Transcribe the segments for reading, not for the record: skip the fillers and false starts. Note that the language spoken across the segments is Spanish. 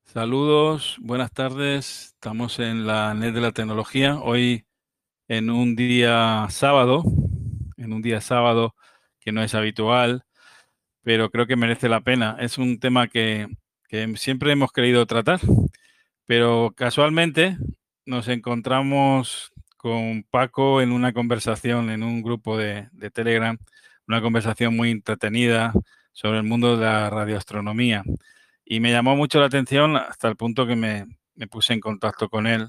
Saludos, buenas tardes. Estamos en la NET de la tecnología. Hoy en un día sábado, que no es habitual, pero creo que merece la pena. Es un tema que siempre hemos querido tratar, pero casualmente nos encontramos con Paco en una conversación, en un grupo de Telegram, una conversación muy entretenida sobre el mundo de la radioastronomía. Y me llamó mucho la atención hasta el punto que me puse en contacto con él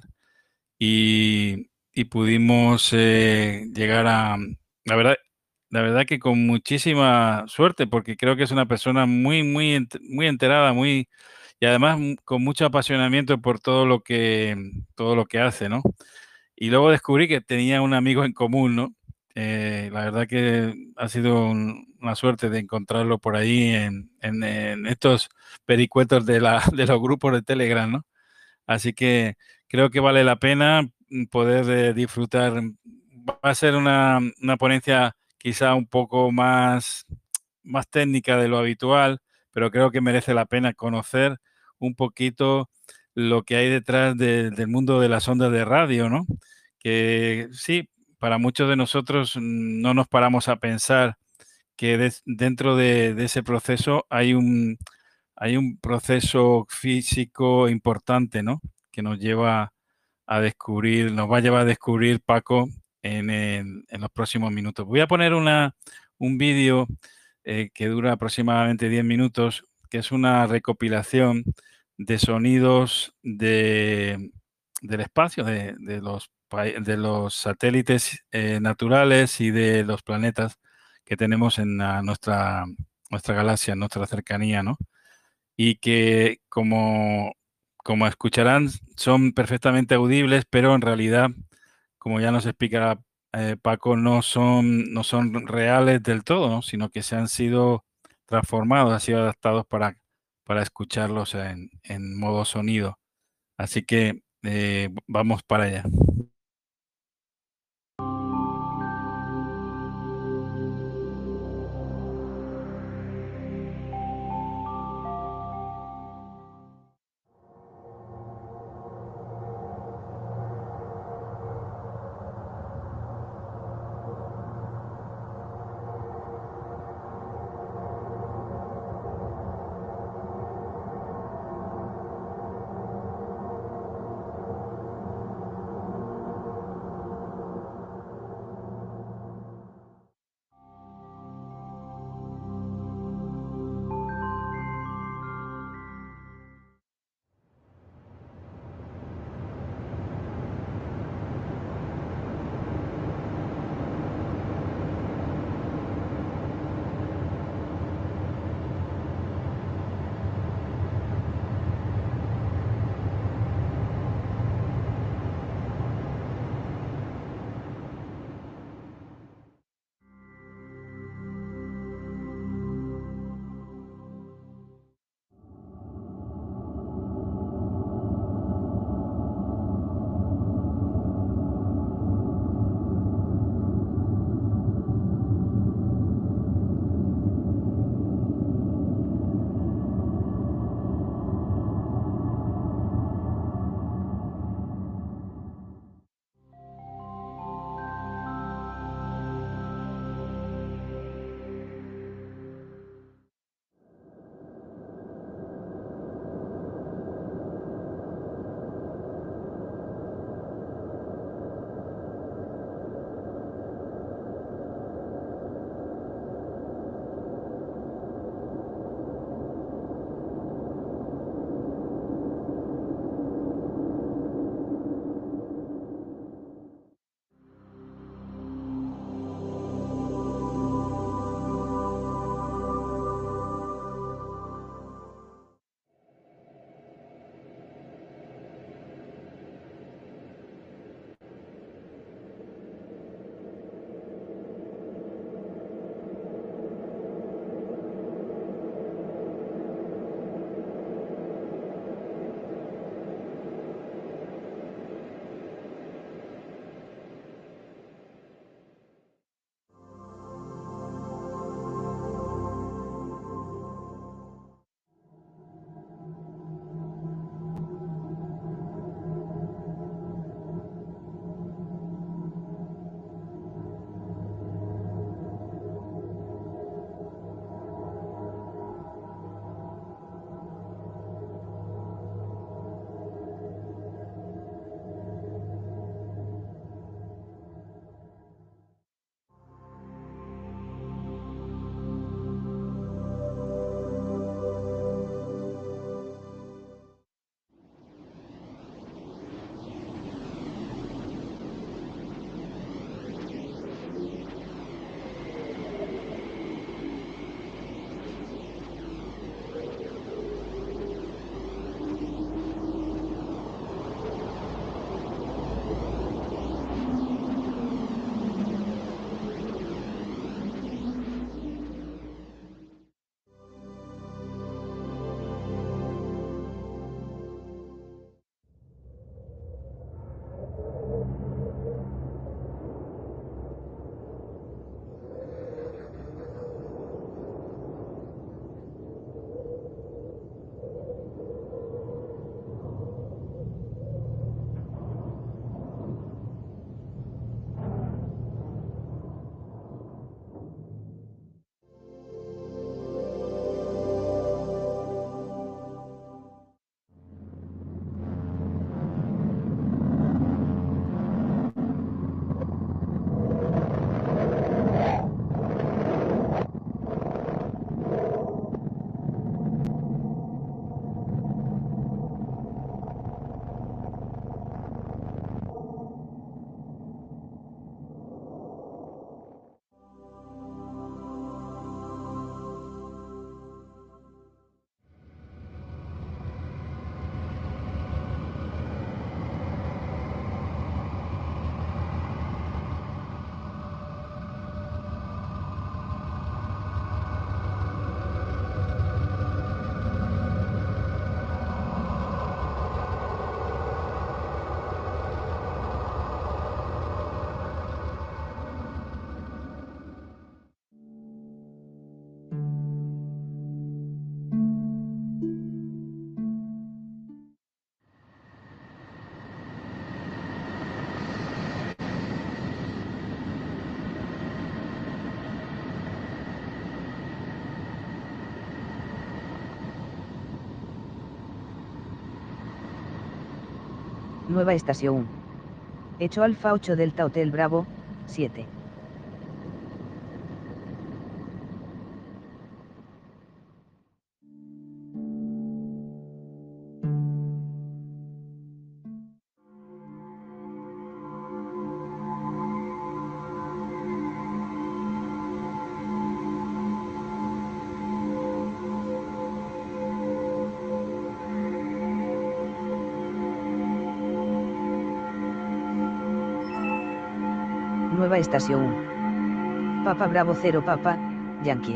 y pudimos llegar a, la verdad, la verdad que con muchísima suerte, porque creo que es una persona muy enterada, y además con mucho apasionamiento por todo lo que hace, ¿no? Y luego descubrí que tenía un amigo en común, ¿no? La verdad que ha sido una suerte de encontrarlo por ahí en estos pericuetos de los grupos de Telegram, ¿no? Así que creo que vale la pena poder disfrutar. Va a ser una ponencia quizá un poco más técnica de lo habitual, pero creo que merece la pena conocer un poquito lo que hay detrás del mundo de las ondas de radio, ¿no? Que sí, para muchos de nosotros no nos paramos a pensar que dentro de ese proceso hay un proceso físico importante, ¿no? Que nos lleva a descubrir, nos va a llevar a descubrir Paco en los próximos minutos. Voy a poner un vídeo que dura aproximadamente 10 minutos, que es una recopilación de sonidos del espacio, de los satélites naturales y de los planetas que tenemos en nuestra galaxia, en nuestra cercanía, ¿no? Y que como escucharán son perfectamente audibles, pero en realidad, como ya nos explicará Paco, no son reales del todo, ¿no? Sino que se han sido transformados, han sido adaptados para escucharlos en modo sonido. Así que vamos para allá. Nueva estación. Hecho Alfa 8 Delta Hotel Bravo, 7. Nueva estación. Papa Bravo 0 Papa, Yankee.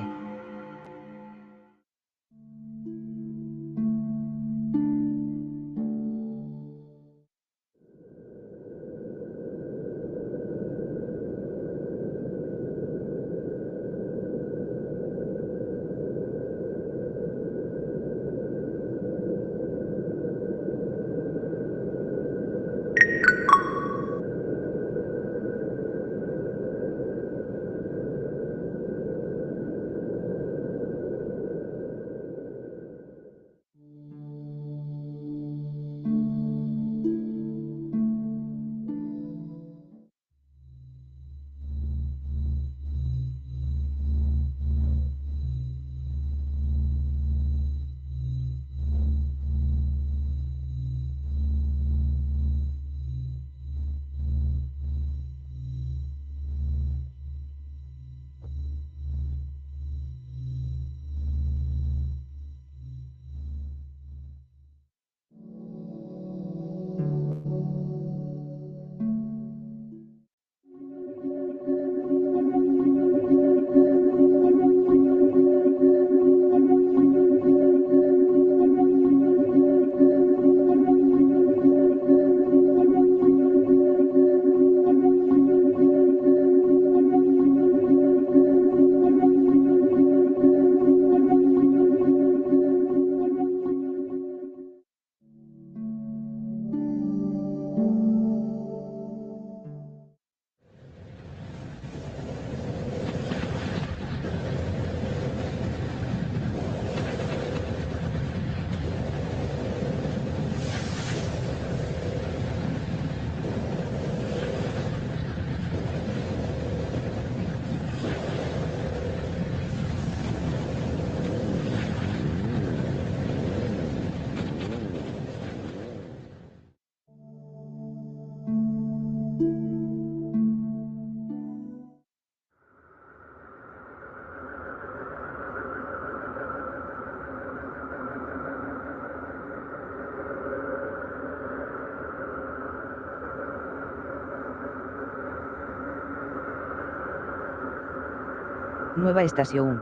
Nueva estación.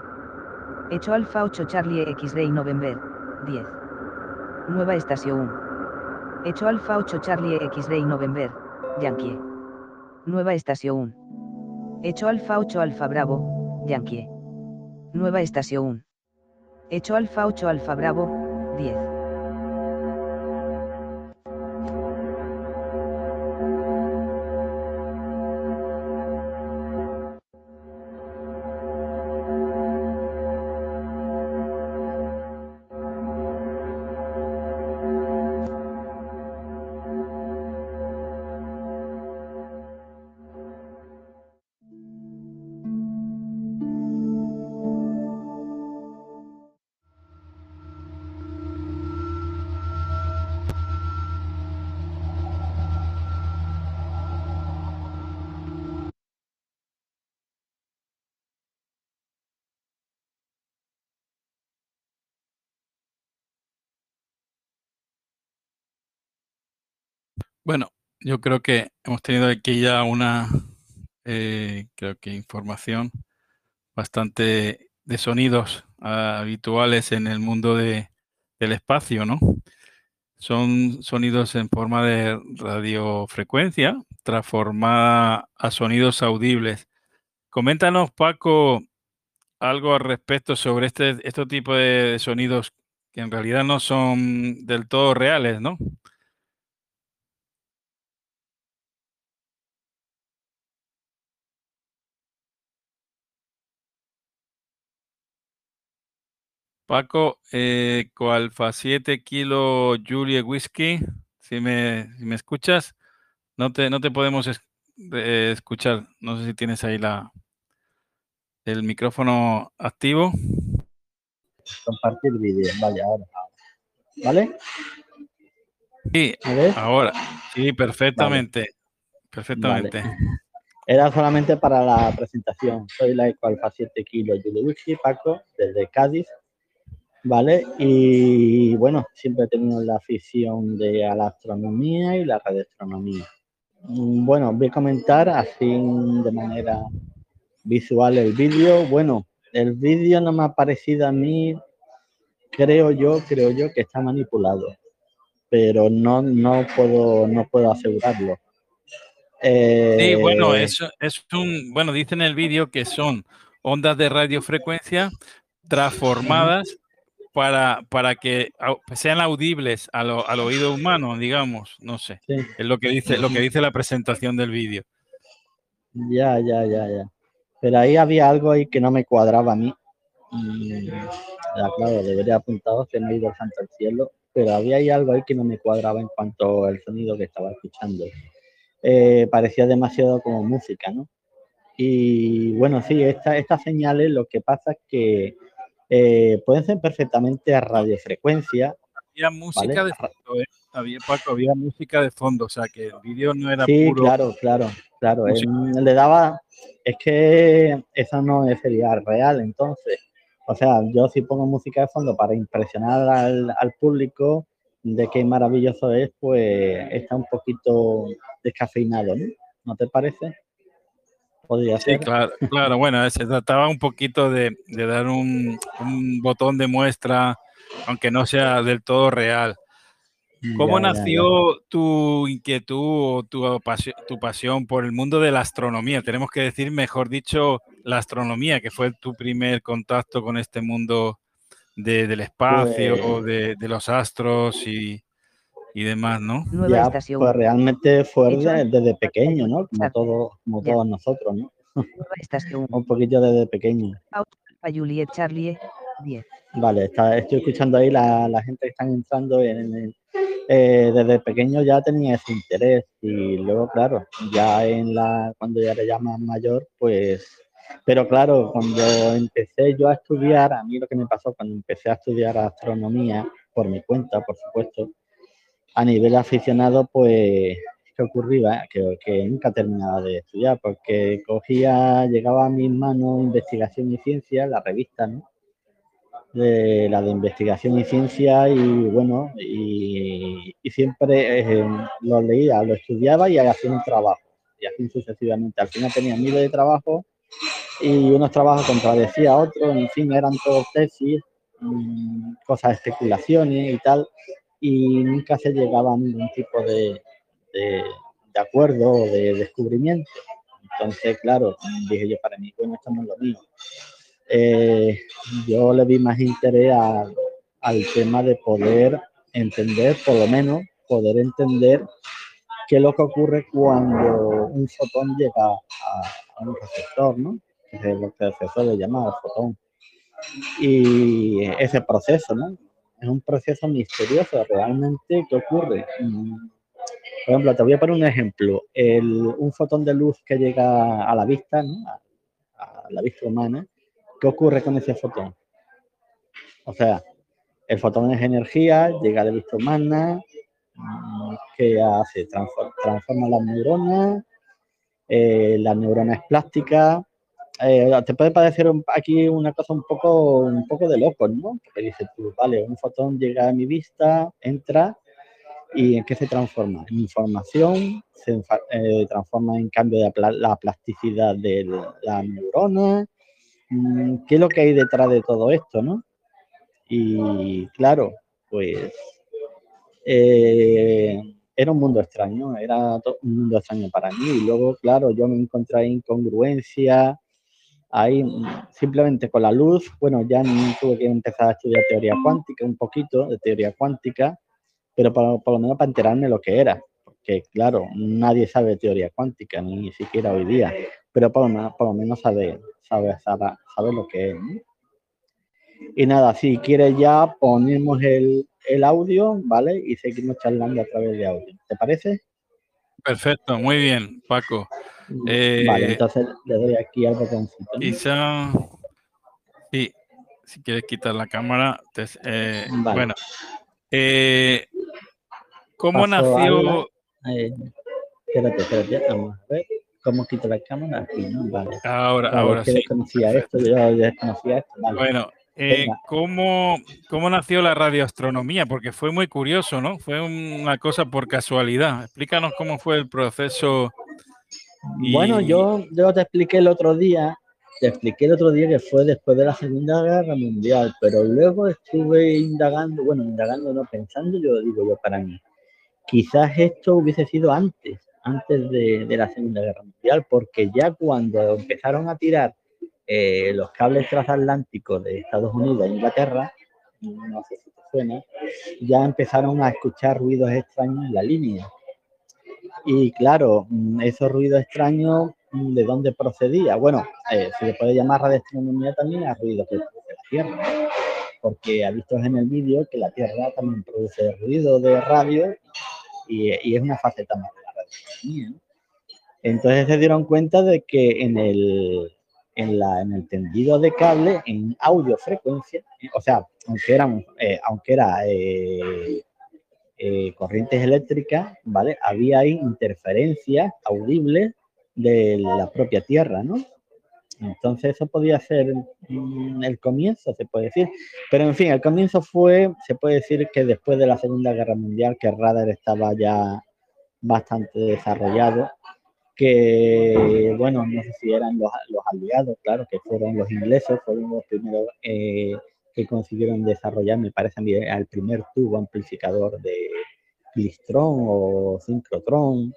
Hecho Alfa 8 Charlie X-Ray November, 10. Nueva estación. Hecho Alfa 8 Charlie X-Ray November, Yankee. Nueva estación. Hecho Alfa 8 Alfa Bravo, Yankee. Nueva estación. Hecho Alfa 8 Alfa Bravo, 10. Bueno, yo creo que hemos tenido aquí ya una, creo que información bastante de sonidos habituales en el mundo del espacio, ¿no? Son sonidos en forma de radiofrecuencia transformada a sonidos audibles. Coméntanos, Paco, algo al respecto sobre este tipo de sonidos que en realidad no son del todo reales, ¿no? Paco, Coalfa 7 Kilo Julie Whisky, Si me escuchas, no te podemos escuchar. No sé si tienes ahí el micrófono activo. Compartir vídeo, vale, ahora, ¿vale? Sí, A ver, ahora. Sí, vale, perfectamente. vale. Perfectamente. Era solamente para la presentación. Soy la Alfa 7 kilos Yuliwiki, Paco, desde Cádiz, ¿vale? Y bueno, siempre he tenido la afición a la astronomía y la radioastronomía. Bueno, voy a comentar así de manera visual el vídeo. Bueno, el vídeo no me ha parecido a mí, creo yo que está manipulado, pero no puedo asegurarlo. Sí, bueno, Eh, eso es bueno, dice en el vídeo que son ondas de radiofrecuencia transformadas para que sean audibles al oído humano, digamos, no sé. sí, Es lo que dice la presentación del vídeo. ya. Pero ahí había algo ahí que no me cuadraba a mí. Claro, debería apuntado que no he ido al santo al cielo, pero había ahí algo ahí que no me cuadraba en cuanto al sonido que estaba escuchando. Parecía demasiado como música, ¿no? Y bueno, sí, estas señales lo que pasa es que pueden ser perfectamente a No, radiofrecuencia, había ¿vale? música de fondo, ¿eh? Paco, había música de fondo, o sea que el vídeo no era Sí, puro claro. música. Le daba, es que eso no sería real, entonces. O sea, yo sí pongo música de fondo para impresionar al público de qué maravilloso es, pues está un poquito descafeinado, ¿no? ¿No te parece? Podría Sí, ser. claro, claro. Bueno, se trataba un poquito de dar un botón de muestra, aunque no sea del todo real. ¿Cómo Ya. nació tu inquietud o tu pasión por el mundo de la astronomía? Tenemos que decir, mejor dicho, la astronomía, que fue tu primer contacto con este mundo del espacio, Pues de los astros y demás, ¿no? Nueva ya, estación pues 1. realmente fue Hecho al desde pequeño, ¿no? Charlie. Como Ya. todos nosotros, ¿no? Nueva estación 1. Un poquito desde pequeño. Alfa Juliet Charlie 10. Vale, estoy escuchando ahí la gente que están entrando desde pequeño ya tenía ese interés y luego, claro, cuando ya era ya más mayor, pues, pero claro, cuando empecé yo a estudiar, a mí lo que me pasó cuando empecé a estudiar astronomía, por mi cuenta, por supuesto, a nivel aficionado, pues, ¿qué ocurría? Que nunca terminaba de estudiar, porque llegaba a mis manos investigación y ciencia, la revista, ¿no? De la de investigación y ciencia y bueno, y siempre lo leía, lo estudiaba y hacía un trabajo, y así sucesivamente. Al final tenía miles de trabajos y unos trabajos contradecía a otros, en fin, eran todos tesis, cosas de especulaciones y tal, y nunca se llegaba a ningún tipo de, de acuerdo o de descubrimiento. Entonces, claro, dije yo para mí, bueno, esto no es lo mío. eh, yo le vi más interés al tema de poder entender, por lo menos, poder entender qué es lo que ocurre cuando un fotón llega a un receptor, ¿no? Que es lo que se suele llamar fotón. Y ese proceso, ¿no? Es un proceso misterioso, realmente, ¿qué ocurre? Por ejemplo, te voy a poner un ejemplo. Un fotón de luz que llega a la vista, ¿no? A la vista humana, ¿qué ocurre con ese fotón? O sea, el fotón es energía, llega a la vista humana, que hace, transforma las neuronas es plástica. Te puede parecer aquí una cosa un poco de loco, ¿no? Porque dices tú, vale, un fotón llega a mi vista, entra, ¿y en qué se transforma? En información, transforma en cambio de la plasticidad de la neurona. ¿Qué es lo que hay detrás de todo esto, no? Y claro, pues era un mundo extraño, un mundo extraño para mí. Y luego, claro, yo me encontré incongruencia ahí simplemente con la luz. Bueno, ya tuve que empezar a estudiar teoría cuántica, un poquito de teoría cuántica, pero por lo menos para enterarme lo que era. Porque, claro, nadie sabe teoría cuántica, ni siquiera hoy día, pero por lo menos sabe lo que es, ¿no? Y nada, si quieres ya ponemos el audio, ¿vale? Y seguimos charlando a través de audio. ¿Te parece? Perfecto, muy bien, Paco. Vale, entonces le doy aquí al botoncito, ¿no? Quizá, sí, si quieres quitar la cámara, Vale, bueno, ¿cómo paso a la... nació? Espérate, vamos a ver. ¿Cómo quito la cámara? Aquí, ¿no? Vale. Claro, es Ahora que sí, desconocía esto, perfecto. yo desconocía esto, vale. Bueno, Venga, ¿cómo nació la radioastronomía? Porque fue muy curioso, ¿no? Fue una cosa por casualidad. Explícanos cómo fue el proceso bueno, y yo te expliqué el otro día que fue después de la Segunda Guerra Mundial, pero luego estuve indagando, bueno, indagando, no pensando, yo digo yo para mí, quizás esto hubiese sido antes de la Segunda Guerra Mundial, porque ya cuando empezaron a tirar los cables transatlánticos de Estados Unidos a Inglaterra, no sé si te suena, ya empezaron a escuchar ruidos extraños en la línea. Y claro, esos ruidos extraños, ¿de dónde procedía? Bueno, se le puede llamar radioastronomía también a ruidos que produce la Tierra, porque ha visto en el vídeo que la Tierra también produce ruido de radio y es una faceta más de la radioastronomía, ¿no? Entonces se dieron cuenta de que en el tendido de cable, en audiofrecuencia, o sea, aunque era corrientes eléctricas, ¿vale? Había ahí interferencias audibles de la propia Tierra, ¿no? Entonces eso podía ser el comienzo, se puede decir. Pero en fin, el comienzo fue, se puede decir que después de la Segunda Guerra Mundial, que el radar estaba ya bastante desarrollado, que, bueno, no sé si eran los aliados, claro, que fueron los ingleses, fueron los primeros que consiguieron desarrollar, me parece a mí, el primer tubo amplificador de Klystron o Synchrotron,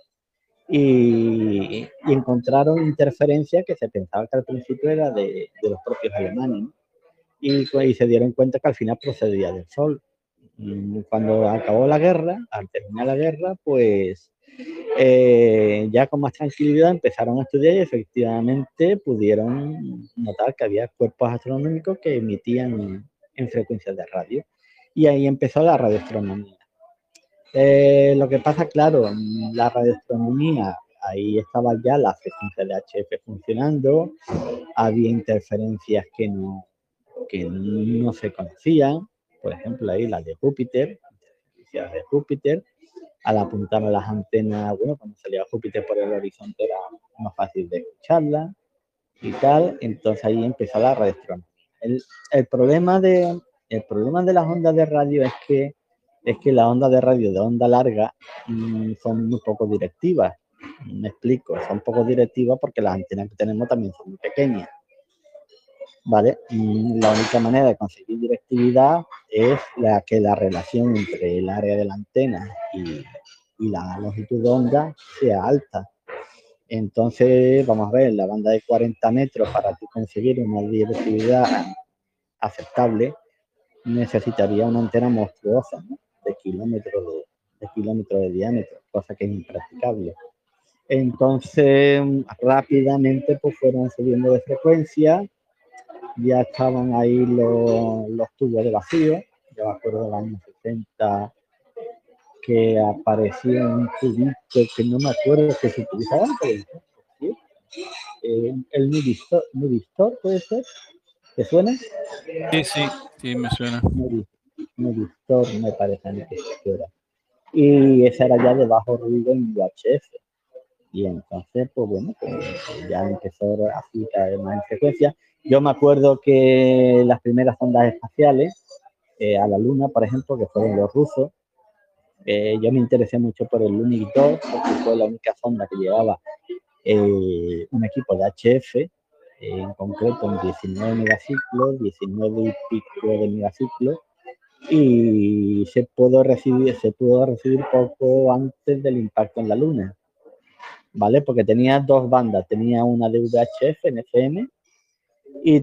y encontraron interferencias que se pensaba que al principio era de los propios alemanes, ¿no? Y se dieron cuenta que al final procedía del Sol. Cuando acabó la guerra, al terminar la guerra, pues ya con más tranquilidad empezaron a estudiar y efectivamente pudieron notar que había cuerpos astronómicos que emitían en frecuencias de radio. Y ahí empezó la radioastronomía. Lo que pasa, claro, la radioastronomía, ahí estaba ya la frecuencia de HF funcionando, había interferencias que no se conocían, por ejemplo, ahí las de Júpiter, interferencias de Júpiter, al apuntar a las antenas, bueno, cuando salía Júpiter por el horizonte era más fácil de escucharla y tal, entonces ahí empezó la radioastronomía. El, el, problema de, el problema de las ondas de radio es que las ondas de radio de onda larga son muy poco directivas. Me explico, son poco directivas porque las antenas que tenemos también son muy pequeñas. ¿Vale? La única manera de conseguir directividad es que la relación entre el área de la antena y la longitud de onda sea alta. Entonces, vamos a ver, la banda de 40 metros para tú conseguir una directividad aceptable necesitaría una antena monstruosa, ¿no? de kilómetros de diámetro, cosa que es impracticable. Entonces, rápidamente pues fueron subiendo de frecuencia, ya estaban ahí los tubos de vacío, yo me acuerdo del año 60 que apareció un tubito que no me acuerdo que se utilizaba, ¿sí? El Nubistor, ¿puede ser? ¿Te suena? sí, sí, sí, me suena. Nubistor me parece a mí que era. Y esa era ya de bajo ruido en UHF. Y entonces, pues bueno, pues ya empezó así a caer más en frecuencia. Yo me acuerdo que las primeras ondas espaciales a la Luna, por ejemplo, que fueron los rusos, yo me interesé mucho por el Lunik 2, porque fue la única sonda que llevaba un equipo de HF, en concreto en 19 megaciclos, 19 y pico de megaciclos, y se pudo recibir poco antes del impacto en la Luna, ¿vale? Porque tenía dos bandas, tenía una de VHF en FM y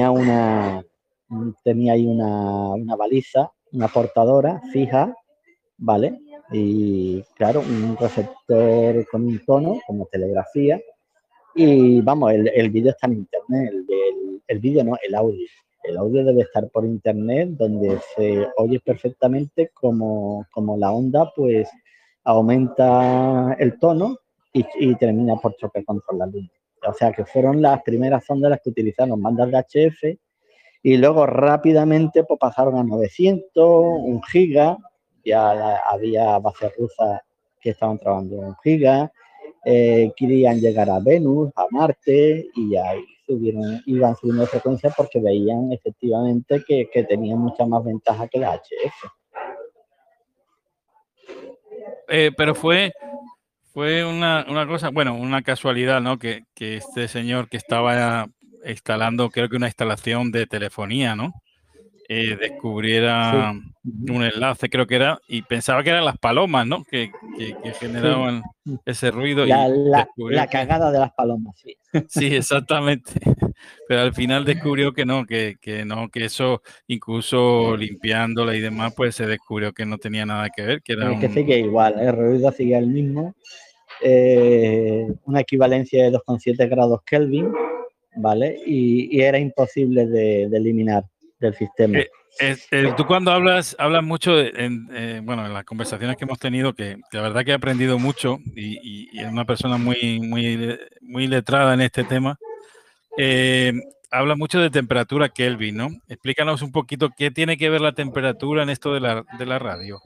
tenía ahí una baliza, una portadora fija, ¿vale? Y claro, un receptor con un tono, como telegrafía, y vamos, el vídeo está en internet, el vídeo no, el audio. el audio debe estar por internet, donde se oye perfectamente como la onda pues aumenta el tono y termina por choque contra la luz. O sea que fueron las primeras ondas las que utilizaron bandas de HF y luego rápidamente pues, pasaron a 900, 1 giga, ya había bases rusas que estaban trabajando en 1 giga, querían llegar a Venus, a Marte y ahí iban subiendo de frecuencia porque veían efectivamente que tenían mucha más ventaja que la HF. Pero fue una cosa, bueno, una casualidad, ¿no? Que este señor que estaba instalando, creo que una instalación de telefonía, ¿no? Descubriera Sí. un enlace, creo que era, y pensaba que eran las palomas, ¿no? Que generaban Sí. ese ruido y La descubrió que... cagada de las palomas, sí. Sí, exactamente. Pero al final descubrió que no, que no, que eso, incluso limpiándola y demás, pues se descubrió que no tenía nada que ver, que era Es que un... sigue igual, el ruido sigue el mismo. Una equivalencia de 2,7 grados Kelvin, ¿vale? Y era imposible de eliminar del sistema. Tú cuando hablas mucho, bueno, en las conversaciones que hemos tenido, que la verdad que he aprendido mucho y es una persona muy letrada en este tema, habla mucho de temperatura Kelvin, ¿no? Explícanos un poquito qué tiene que ver la temperatura en esto de la radio.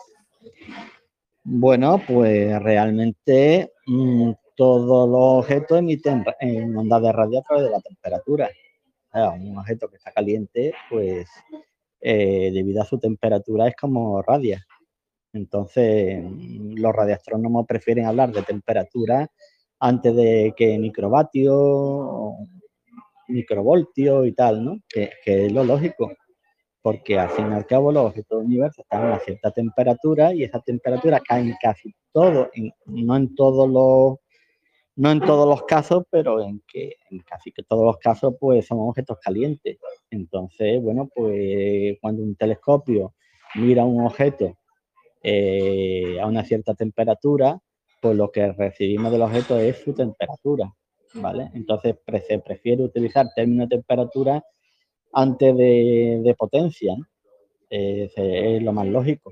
Bueno, pues realmente todos los objetos emiten en ondas de radio a través de la temperatura. O sea, un objeto que está caliente, pues debido a su temperatura es como radia. Entonces, los radioastrónomos prefieren hablar de temperatura antes de que microvatio, microvoltio y tal, ¿no? Que es lo lógico, porque al fin y al cabo los objetos del universo están a una cierta temperatura y esa temperatura cae en casi todo, no en todos los casos, pero en casi que todos los casos pues son objetos calientes. Entonces, bueno, pues cuando un telescopio mira un objeto a una cierta temperatura, pues lo que recibimos del objeto es su temperatura, ¿vale? Entonces se prefiere utilizar término de temperatura antes de potencia, ¿no? Es lo más lógico.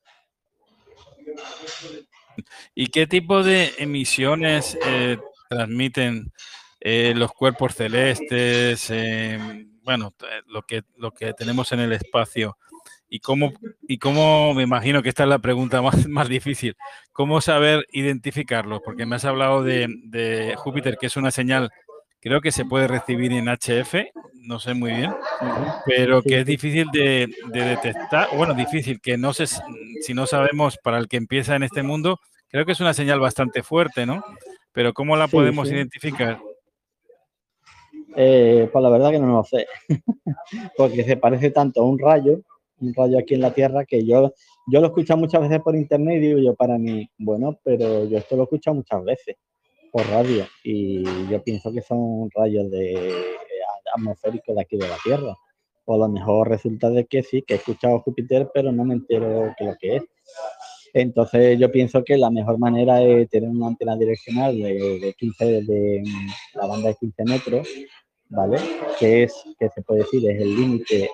¿Y qué tipo de emisiones transmiten los cuerpos celestes? Bueno, lo que tenemos en el espacio. ¿Y cómo, me imagino que esta es la pregunta más difícil, cómo saber identificarlos? Porque me has hablado de Júpiter, que es una señal, creo que se puede recibir en HF, no sé muy bien, pero Sí, que es sí. difícil de detectar, bueno, difícil, que no sé si no sabemos para el que empieza en este mundo, creo que es una señal bastante fuerte, ¿no? Pero ¿cómo la Sí, podemos sí. identificar? Pues la verdad que no lo sé, porque se parece tanto a un rayo aquí en la Tierra, que yo lo he escuchado muchas veces por internet y digo yo para mí, bueno, pero yo esto lo he escuchado muchas veces por radio y yo pienso que son rayos atmosféricos de aquí de la Tierra. O a lo mejor resulta de que sí, que he escuchado Júpiter, pero no me entero de lo que es. Entonces yo pienso que la mejor manera es tener una antena direccional de 15, de la banda de 15 metros, ¿vale? Que se puede decir, es el límite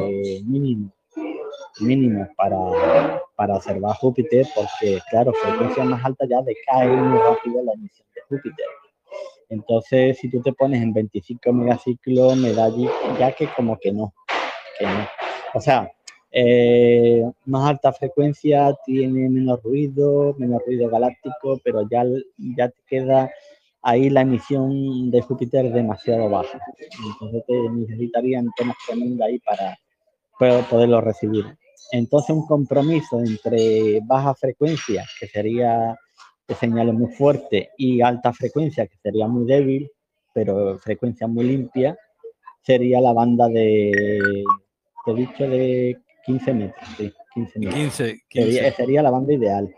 mínimo para observar Júpiter, porque claro, frecuencias más altas ya decae muy rápido la emisión de Júpiter. Entonces, si tú te pones en 25 megaciclos, me da ya que como que no. O sea, más alta frecuencia tiene menos ruido galáctico, pero ya te queda ahí la emisión de Júpiter demasiado baja. Entonces te necesitarían antenas tremendas ahí para poderlo recibir. Entonces un compromiso entre baja frecuencia, que sería de señales muy fuertes, y alta frecuencia, que sería muy débil, pero frecuencia muy limpia, sería la banda te he dicho de 15 metros, sí, 15 metros. 15. Sería la banda ideal.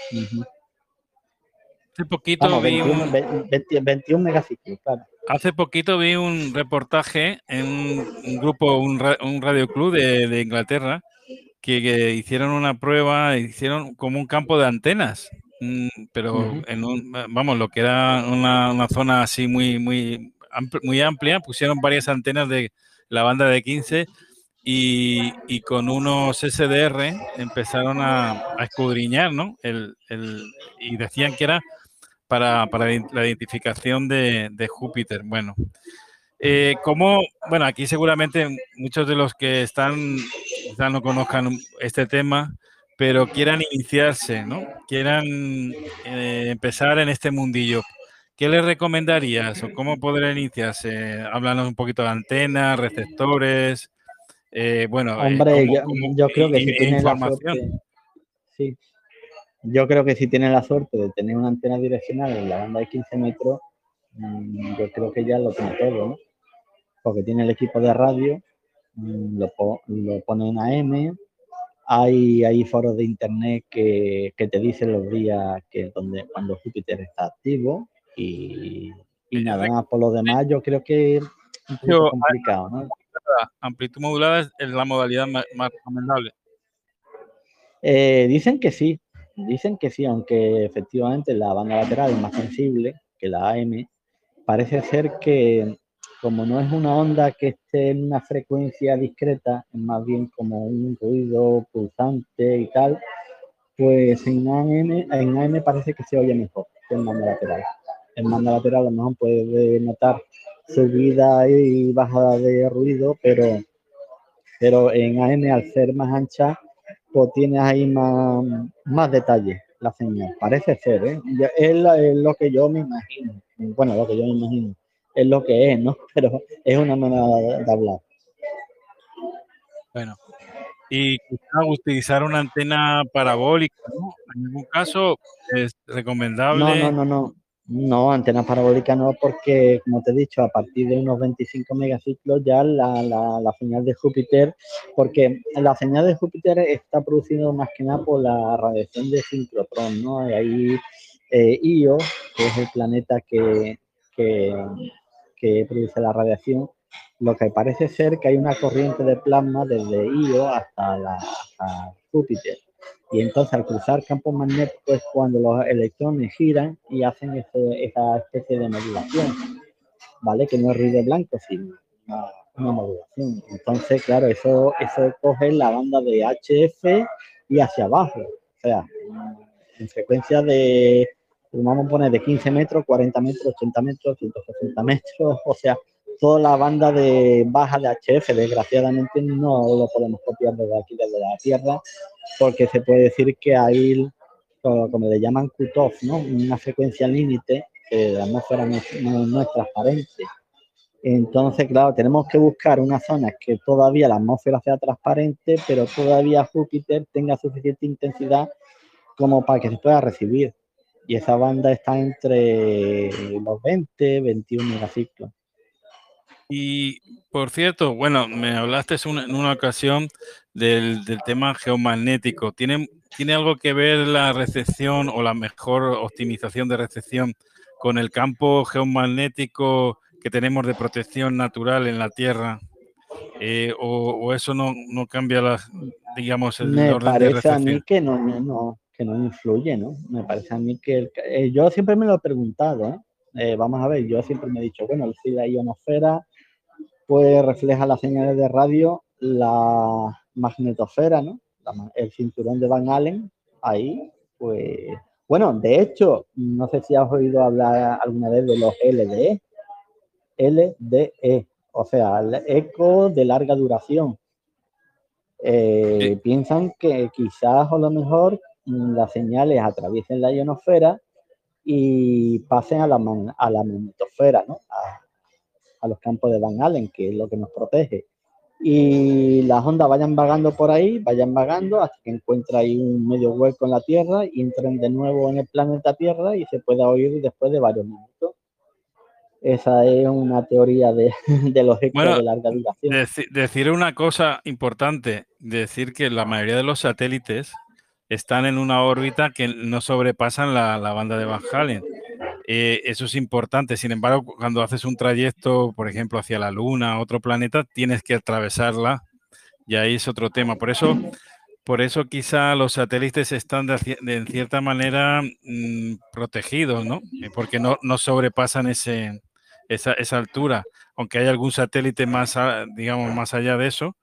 Hace poquito Vamos, vi 21 megaciclos, claro. Hace poquito vi un reportaje en un grupo, un radioclub de Inglaterra, que hicieron una prueba, hicieron como un campo de antenas, pero vamos, lo que era una zona así muy muy amplia, pusieron varias antenas de la banda de 15 y con unos SDR empezaron a escudriñar, ¿no? Y decían que era para la identificación de Júpiter. Bueno, bueno, aquí seguramente muchos de los que están quizás no conozcan este tema, pero quieran iniciarse, ¿no? Quieran empezar en este mundillo. ¿Qué les recomendarías o cómo podrían iniciarse? Háblanos un poquito de antenas, receptores, bueno, Hombre, yo creo que si tienen la información. suerte, sí, yo creo que si tienen la suerte de tener una antena direccional en la banda de 15 metros, yo creo que ya lo tiene todo, ¿no? Porque tiene el equipo de radio, lo pone en AM, hay foros de internet que te dicen los días cuando Júpiter está activo y nada más. Por lo demás, yo creo que es un poquito complicado, ¿no? Amplitud modulada es la modalidad más recomendable. Dicen que sí, aunque efectivamente la banda lateral es más sensible que la AM. Parece ser que como no es una onda que esté en una frecuencia discreta, es más bien como un ruido pulsante y tal, pues en AM parece que se oye mejor que en banda lateral. En banda lateral a lo mejor puede notar subida y bajada de ruido, pero en AM al ser más ancha, pues tienes ahí más detalles la señal. Parece ser, ¿eh? Es lo que yo me imagino. Bueno, lo que yo me imagino. Es lo que es, ¿no? Pero es una manera de hablar. Bueno, y quizá utilizar una antena parabólica, ¿no? En algún caso es recomendable. No, antenas parabólicas no, porque, como te he dicho, a partir de unos 25 megaciclos ya la señal de Júpiter, porque la señal de Júpiter está producida más que nada por la radiación de sincrotrón, ¿no? Y ahí Io, que es el planeta que, que produce la radiación, lo que parece ser que hay una corriente de plasma desde Io hasta Júpiter. Y entonces al cruzar campos magnéticos es cuando los electrones giran y hacen esa especie de modulación, ¿vale? Que no es ruido blanco, sino una modulación. Entonces, claro, eso coge la banda de HF y hacia abajo. O sea, en frecuencia vamos a poner de 15 metros, 40 metros, 80 metros, 160 metros, o sea, toda la banda de baja de HF, desgraciadamente no lo podemos copiar desde aquí, desde la Tierra, porque se puede decir que hay, como le llaman cutoff, ¿no? Una frecuencia límite, que la atmósfera no es transparente. Entonces, claro, tenemos que buscar unas zonas que todavía la atmósfera sea transparente, pero todavía Júpiter tenga suficiente intensidad como para que se pueda recibir. Y esa banda está entre los 20, 21 megaciclos. Y por cierto, bueno, me hablaste en una ocasión del tema geomagnético. ¿Tiene algo que ver la recepción o la mejor optimización de recepción con el campo geomagnético que tenemos de protección natural en la Tierra? ¿O eso no cambia digamos, el Me orden de parece a recepción? mí que no influye, ¿no? Me parece a mí que yo siempre me lo he preguntado, ¿eh? Vamos a ver, yo siempre me he dicho, bueno, si la ionosfera pues refleja las señales de radio, la magnetosfera, ¿no? El cinturón de Van Allen, ahí, pues, bueno, de hecho, no sé si has oído hablar alguna vez de los LDE, o sea, el eco de larga duración. Sí. Piensan que quizás a lo mejor las señales atraviesen la ionosfera y pasen a la magnetosfera, ¿no? A los campos de Van Allen, que es lo que nos protege. Y las ondas vayan vagando por ahí, vayan vagando hasta que encuentre ahí un medio hueco en la Tierra y entren de nuevo en el planeta Tierra y se pueda oír después de varios minutos. Esa es una teoría de los ecos Bueno, de larga duración. decir una cosa importante, decir que la mayoría de los satélites están en una órbita que no sobrepasan la banda de Van Allen. Eso es importante. Sin embargo, cuando haces un trayecto, por ejemplo, hacia la Luna, otro planeta, tienes que atravesarla y ahí es otro tema. Por eso quizá los satélites están en cierta manera protegidos, ¿no? Porque no sobrepasan esa altura, aunque hay algún satélite más, digamos, más allá de eso,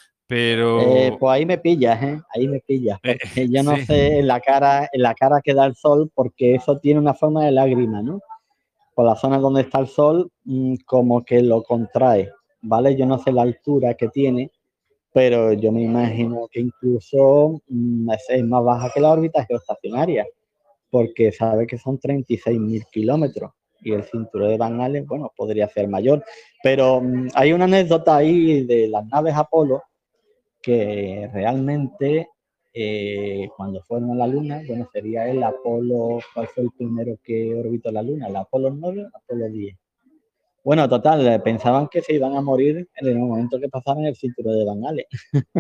pero Pues ahí me pillas, ¿eh? Ahí me pillas, porque yo no sí, sé en la cara que da el sol, porque eso tiene una forma de lágrima, ¿no? Por la zona donde está el sol, como que lo contrae, ¿vale? Yo no sé la altura que tiene, pero yo me imagino que incluso es más baja que la órbita geoestacionaria, porque sabe que son 36.000 kilómetros y el cinturón de Van Allen, bueno, podría ser mayor. Pero hay una anécdota ahí de las naves Apolo que realmente cuando fueron a la Luna, bueno, sería el Apolo, ¿cuál fue el primero que orbitó la Luna? ¿El Apolo 9 o el Apolo 10? Bueno, total, pensaban que se iban a morir en el momento que pasaran el cinturón de Van Allen,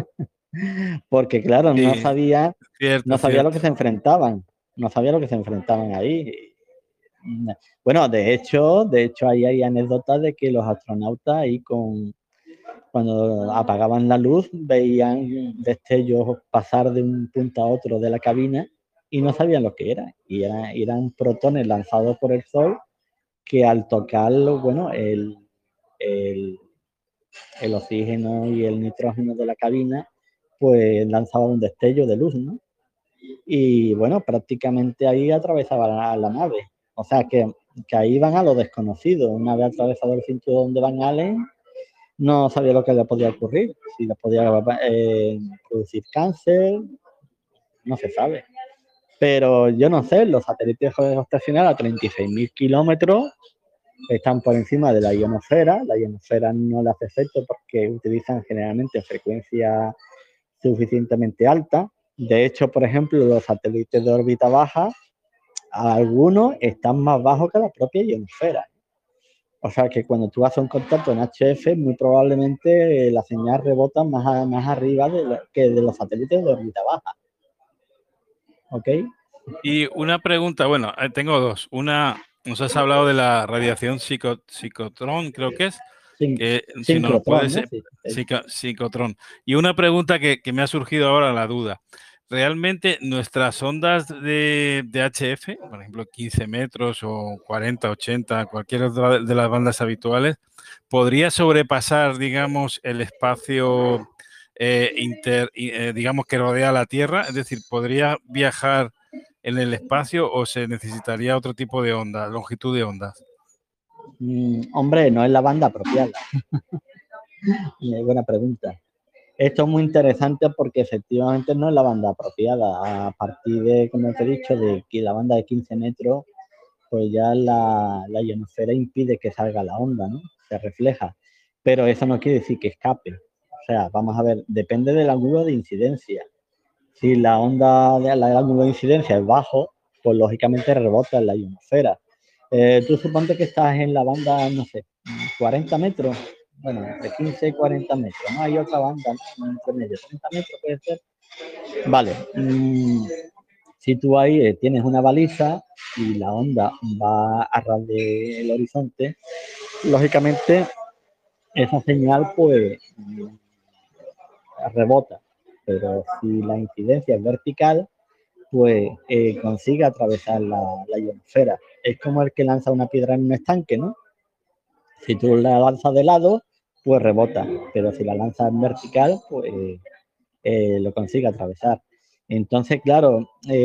porque claro, sí, no cierto, sabía lo que cierto. se enfrentaban, no sabía lo que se enfrentaban ahí. Bueno, de hecho ahí hay anécdotas de que los astronautas ahí cuando apagaban la luz veían destellos pasar de un punto a otro de la cabina y no sabían lo que era. Y eran protones lanzados por el Sol que al tocarlo, bueno, el, el oxígeno y el nitrógeno de la cabina, pues lanzaba un destello de luz, ¿no? Y bueno, prácticamente ahí atravesaba la nave. O sea que ahí van a lo desconocido. Una vez atravesado el cinturón de Van Allen, no sabía lo que le podía ocurrir. Si le podía producir cáncer, no se sabe. Pero yo no sé, los satélites geoestacionarios a 36.000 kilómetros están por encima de la ionosfera. La ionosfera no le hace efecto porque utilizan generalmente frecuencia suficientemente alta. De hecho, por ejemplo, los satélites de órbita baja, algunos están más bajos que la propia ionosfera. O sea que cuando tú haces un contacto en HF, muy probablemente la señal rebota más arriba que de los satélites de órbita baja. ¿Ok? Y una pregunta, bueno, tengo dos. Una, nos has hablado de la radiación psicotrón, creo que es, que si nos lo Sincrotrón, puedes, ¿no? Sí, psicotrón. Y una pregunta que me ha surgido ahora la duda. ¿Realmente nuestras ondas de HF, por ejemplo, 15 metros o 40, 80, cualquier otra de las bandas habituales, podría sobrepasar, digamos, el espacio digamos, que rodea la Tierra? Es decir, ¿podría viajar en el espacio o se necesitaría otro tipo de onda, longitud de ondas? Hombre, no es la banda apropiada. Buena pregunta. Esto es muy interesante porque efectivamente no es la banda apropiada. A partir de, como te he dicho, de que la banda de 15 metros, pues ya la ionosfera impide que salga la onda, ¿no? Se refleja. Pero eso no quiere decir que escape. O sea, vamos a ver, depende del ángulo de incidencia. Si la onda del ángulo de incidencia es bajo, pues lógicamente rebota en la ionosfera. Tú suponte que estás en la banda, no sé, 40 metros, bueno, entre 15 y 40 metros, ¿no? Hay otra banda, ¿no? Entre medio, 30 metros puede ser. Vale, si tú ahí tienes una baliza y la onda va a ras del horizonte, lógicamente esa señal pues rebota. Pero si la incidencia es vertical, pues consigue atravesar la ionosfera. Es como el que lanza una piedra en un estanque, ¿no? Si tú la lanzas de lado, pues rebota, pero si la lanzas en vertical, pues lo consigue atravesar. Entonces, claro,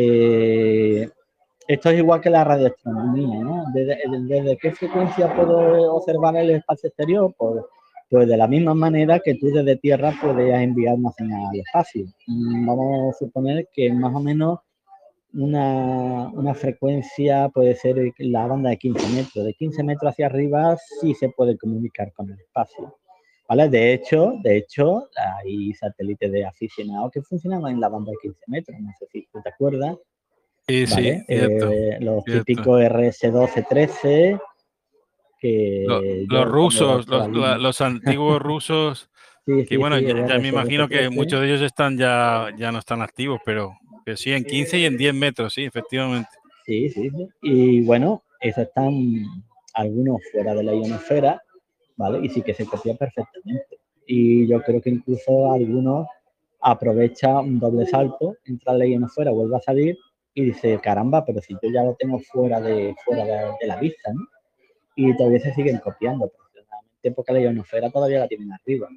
esto es igual que la radioastronomía, ¿no? ¿Desde qué frecuencia puedo observar el espacio exterior? Pues de la misma manera que tú desde Tierra puedes enviar una señal al espacio. Vamos a suponer que más o menos una frecuencia puede ser la banda de 15 metros. De 15 metros hacia arriba sí se puede comunicar con el espacio. ¿Vale? De hecho, hay satélites de aficionados que funcionan en la banda de 15 metros. No sé si tú te acuerdas. Sí, sí, ¿Vale? cierto, Los cierto. típicos RS-12-13 que Los yo cuando rusos, estaba allí... los antiguos rusos, Sí, que sí, bueno, sí, el ya me imagino que RS-12-13. muchos de ellos están ya no están activos, pero sí en 15 y en 10 metros, sí, efectivamente. Sí, sí, sí. Y bueno, esos están algunos fuera de la ionosfera, ¿vale? Y sí que se copia perfectamente. Y yo creo que incluso algunos aprovecha un doble salto, entra a la ionosfera, vuelve a salir y dice, caramba, pero si yo ya lo tengo fuera de la vista, ¿no? y todavía se siguen copiando. Afortunadamente, porque la ionosfera todavía la tienen arriba.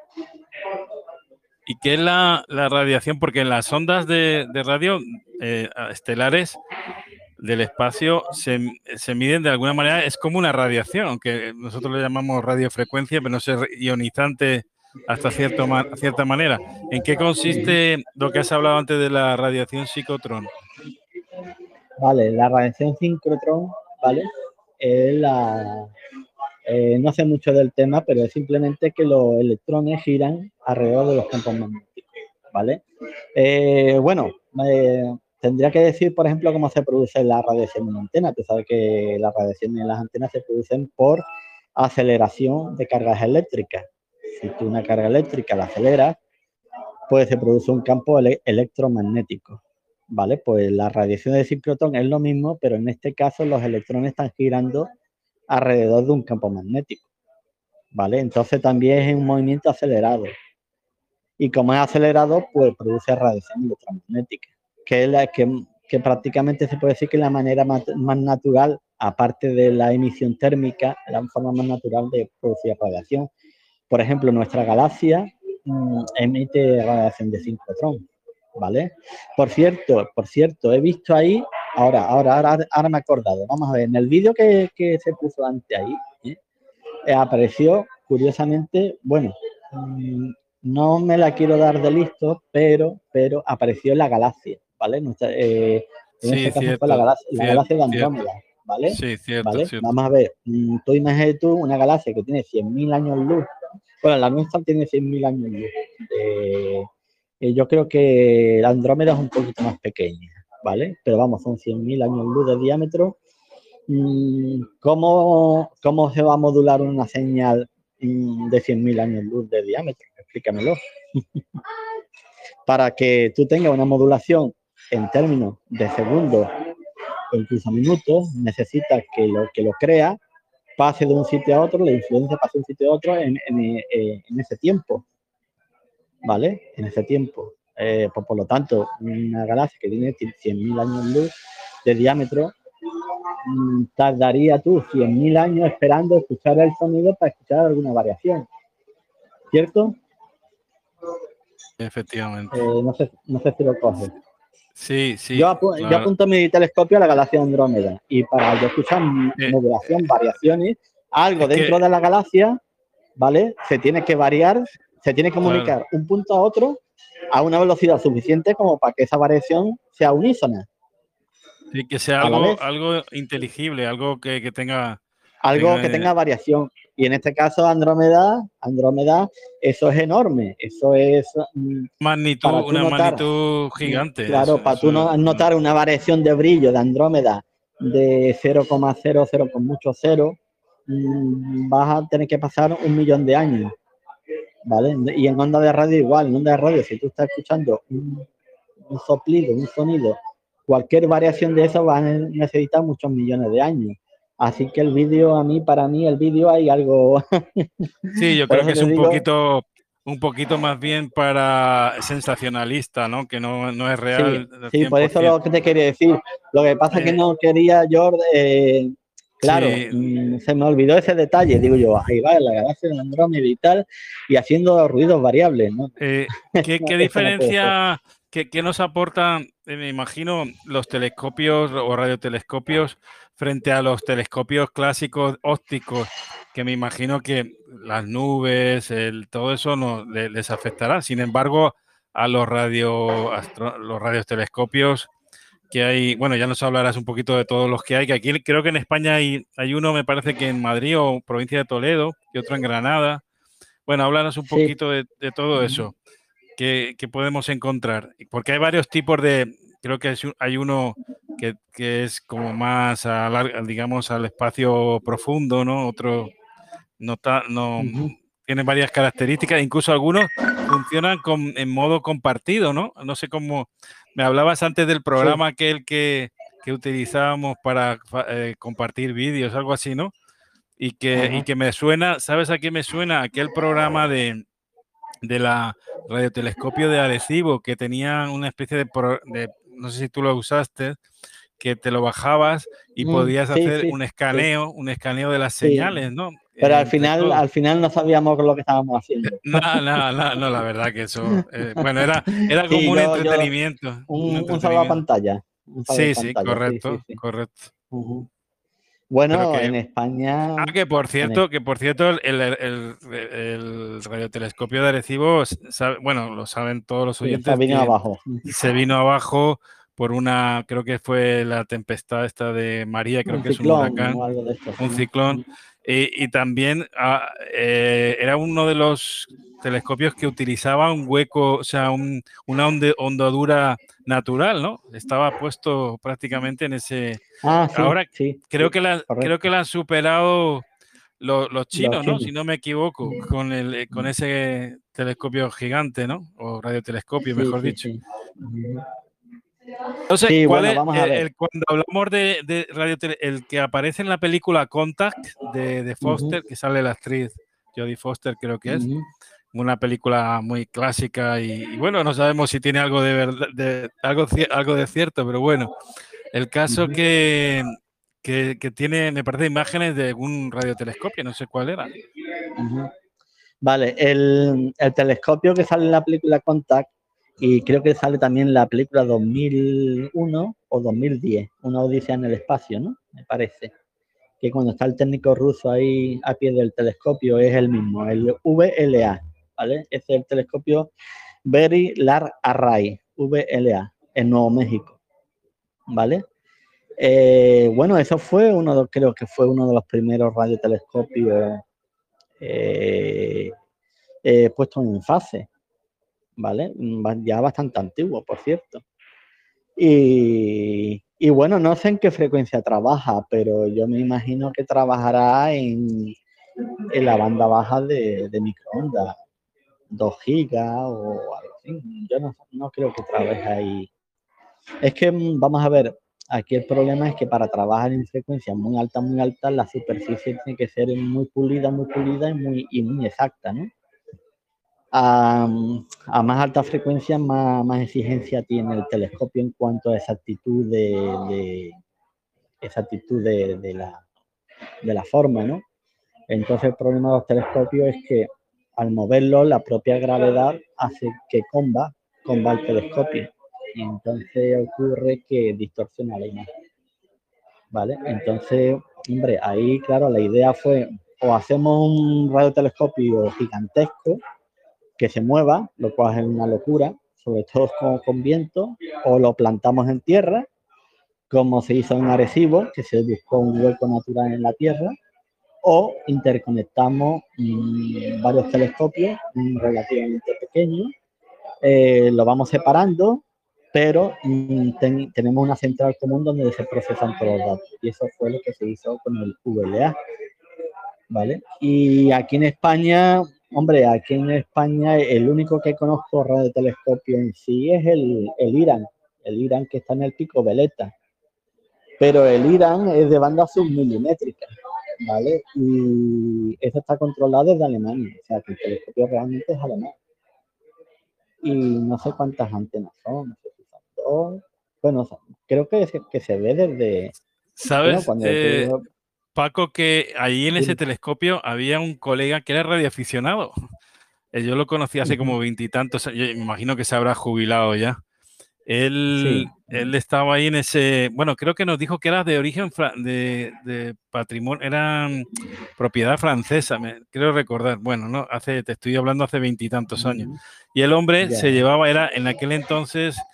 ¿Y qué es la radiación? Porque en las ondas de radio estelares del espacio se miden de alguna manera, es como una radiación, aunque nosotros le llamamos radiofrecuencia, pero no es ionizante hasta cierta manera. ¿En qué consiste lo que has hablado antes de la radiación psicotrón? Vale, la radiación sincrotrón, ¿vale? Es no sé mucho del tema, pero es simplemente que los electrones giran alrededor de los campos magnéticos, ¿vale? Bueno, tendría que decir, por ejemplo, cómo se produce la radiación en la antena. Tú sabes que las radiaciones en las antenas se producen por aceleración de cargas eléctricas. Si tú una carga eléctrica la aceleras, pues se produce un campo electromagnético, ¿vale? Pues la radiación de sincrotrón es lo mismo, pero en este caso los electrones están girando alrededor de un campo magnético, ¿vale? Entonces también es un movimiento acelerado. Y como es acelerado, pues produce radiación electromagnética, que es la que prácticamente se puede decir que es la manera más natural, aparte de la emisión térmica, la forma más natural de producir radiación. Por ejemplo, nuestra galaxia emite radiación de sincrotrón, ¿vale? Por cierto, he visto ahí, ahora me he acordado, vamos a ver, en el vídeo que se puso antes ahí, apareció, curiosamente, bueno, no me la quiero dar de listo, pero apareció en la galaxia, ¿vale? En Sí, este caso fue la galaxia de cierto. Andrómeda, ¿vale? Sí, cierto, ¿Vale? cierto. Vamos a ver, tú imagínate tú una galaxia que tiene 100.000 años luz. Bueno, la nuestra tiene 100.000 años luz. Yo creo que la Andrómeda es un poquito más pequeña, ¿vale? Pero vamos, son 100.000 años luz de diámetro. ¿Cómo se va a modular una señal de 100.000 años luz de diámetro? Explícamelo. Para que tú tengas una modulación en términos de segundos o incluso minutos, necesitas que lo crea pase de un sitio a otro, la influencia pase de un sitio a otro en ese tiempo, ¿vale? En ese tiempo. Por lo tanto, una galaxia que tiene 100.000 años luz de diámetro, tardaría tú 100.000 años esperando escuchar el sonido para escuchar alguna variación, ¿cierto? Efectivamente. No sé si lo coges. Sí, Yo, sí, yo claro. apunto mi telescopio a la galaxia de Andrómeda y para yo escuchar Eh, modulación, variaciones, algo es dentro que, de la galaxia, ¿vale? Se tiene que variar, se tiene que claro, comunicar un punto a otro a una velocidad suficiente como para que esa variación sea unísona sí, que sea a la vez. algo inteligible, algo que Algo que tenga tenga variación. Y en este caso, Andrómeda, eso es enorme. Eso es para tú una notar, magnitud gigante. claro, para tú notar una variación de brillo de Andrómeda de 0,00 con mucho cero, vas a tener que pasar 1.000.000 de años, ¿vale? Y en onda de radio igual, en onda de radio, si tú estás escuchando un soplido, un sonido, cualquier variación de eso va a necesitar muchos millones de años. Así que el vídeo, para mí, el vídeo hay algo. Sí, yo Por creo eso que es te digo, un poquito más bien para sensacionalista, ¿no? Que no es sí, real al sí, por eso 100%. lo que te quería decir. Lo que pasa es que Eh, no quería, George, claro, sí, se me olvidó ese detalle. Digo yo, ahí va, la galaxia de Andrómeda y tal, y haciendo ruidos variables, ¿no? ¿qué Esto no puede ser. diferencia, qué nos aportan, me imagino, los telescopios o radiotelescopios frente a los telescopios clásicos ópticos? Que me imagino que las nubes, todo eso no les afectará. Sin embargo, a los radiotelescopios que hay, bueno, ya nos hablarás un poquito de todos los que hay, que aquí creo que en España hay uno, me parece que en Madrid o provincia de Toledo, y otro en Granada. Bueno, háblanos un Sí. poquito de todo eso que podemos encontrar. Porque hay varios tipos creo que hay uno que es como más, digamos, al espacio profundo, ¿no? Otro no Uh-huh. tiene varias características, incluso algunos funcionan en modo compartido, ¿no? No sé cómo, me hablabas antes del Sí. programa aquel que utilizábamos para compartir vídeos, algo así, ¿no? Y Ajá. que me suena, ¿sabes a qué me suena? Aquel programa de la radiotelescopio de Arecibo, que tenía una especie no sé si tú lo usaste, que te lo bajabas y podías Sí, hacer sí, un sí, escaneo de las sí. señales, ¿no? Pero Entre todos. al final no sabíamos lo que estábamos haciendo. No, no, no, no, la verdad que eso, bueno, era como Sí, un yo, entretenimiento, un un entretenimiento. salvapantalla, un Sí, sí, salvapantalla, sí, sí, correcto, sí. correcto. Ujú. Pero Bueno, que, en España, en Es- que por cierto, el radiotelescopio de Arecibo, bueno, lo saben todos los sí, se oyentes, vino que abajo. se vino abajo por creo que fue la tempestad esta de María, creo Un que es un ciclón huracán, o algo de esto, un sí. ciclón, y también era uno de los telescopios que utilizaba un hueco, o sea, una ondadura natural, ¿no? Estaba puesto prácticamente en ese. Ah, sí, Ahora sí, creo sí, que creo que correcto. la han superado los Los chinos, ¿no? Si chinos. no me equivoco, con ese telescopio gigante, ¿no? O radiotelescopio, Sí, mejor sí, dicho. sí. Ujú. Entonces, Sí, ¿cuál bueno, es vamos a ver. cuando hablamos de el que aparece en la película Contact de Ujú, Foster, que sale la actriz Jodie Foster, creo que es, ujú, una película muy clásica y bueno, no sabemos si tiene algo de verdad, algo de cierto, pero bueno, el caso ujú, que tiene, me parece, imágenes de algún radiotelescopio, no sé cuál era. ujú. Vale, el telescopio que sale en la película Contact, y creo que sale también en la película 2001 o 2010, Una odisea en el espacio, ¿no? Me parece. Que cuando está el técnico ruso ahí a pie del telescopio es el mismo, el VLA, ¿vale? Es el telescopio Very Large Array, VLA, en Nuevo México, ¿vale? Bueno, eso fue creo que fue uno de los primeros radiotelescopios eh, puestos en fase, ¿vale? Ya bastante antiguo, por cierto. Y bueno, no sé en qué frecuencia trabaja, pero yo me imagino que trabajará en la banda baja de microondas, 2 gigas o algo así. Yo no creo que trabaje ahí. Es que vamos a ver, aquí el problema es que para trabajar en frecuencias muy altas, la superficie tiene que ser muy pulida y muy exacta, ¿no? A, a más alta frecuencia, más exigencia tiene el telescopio en cuanto a exactitud exactitud de la forma, ¿no? Entonces el problema de los telescopios es que al moverlo la propia gravedad hace que comba el telescopio y entonces ocurre que distorsiona la imagen, ¿vale? Entonces, hombre, ahí claro, la idea fue o hacemos un radiotelescopio gigantesco que se mueva, lo cual es una locura, sobre todo con viento, o lo plantamos en tierra, como se hizo en Arecibo, que se buscó un hueco natural en la tierra, o interconectamos varios telescopios relativamente pequeños, lo vamos separando, pero tenemos una central común donde se procesan todos los datos. Y eso fue lo que se hizo con el VLA, ¿vale? Y aquí en España, hombre, aquí en España el único que conozco radiotelescopio en sí es el Irán que está en el pico Veleta, pero el Irán es de banda submilimétrica, ¿vale? Y eso está controlado desde Alemania, o sea que el telescopio realmente es alemán. Y no sé cuántas antenas son, no sé si son dos. Bueno, creo que se ve desde, bueno, ¿Sabes, cuando te digo, Paco, que ahí en ese dime. telescopio había un colega que era radioaficionado? Yo lo conocí hace Ujú, como veintitantos años, me imagino que se habrá jubilado ya. sí, Él estaba ahí en ese, bueno, creo que nos dijo que era de origen de patrimonio, era propiedad francesa, creo recordar. Bueno, no, te estoy hablando hace veintitantos años. ujú, Y el hombre ya, se llevaba, en aquel entonces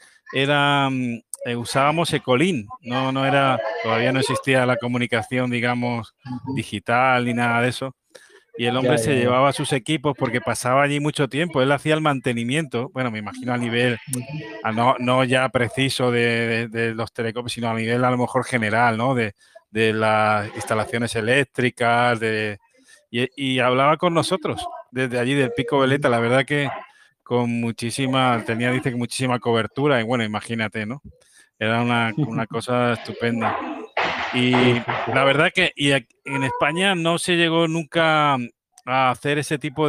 usábamos Ecolín, no era, todavía no existía la comunicación, digamos, ujú, digital ni nada de eso. Y el hombre ya, se ya, ya. llevaba sus equipos porque pasaba allí mucho tiempo. Él hacía el mantenimiento, bueno, me imagino a nivel, no ya preciso de los telecoms, sino a nivel a lo mejor general, ¿no? De las instalaciones eléctricas, y hablaba con nosotros desde allí del Pico Ujú, Veleta. La verdad que dice que muchísima cobertura, y bueno, imagínate, ¿no? Era una cosa estupenda. sí, Y sí, sí. la verdad que en España no se llegó nunca a hacer ese tipo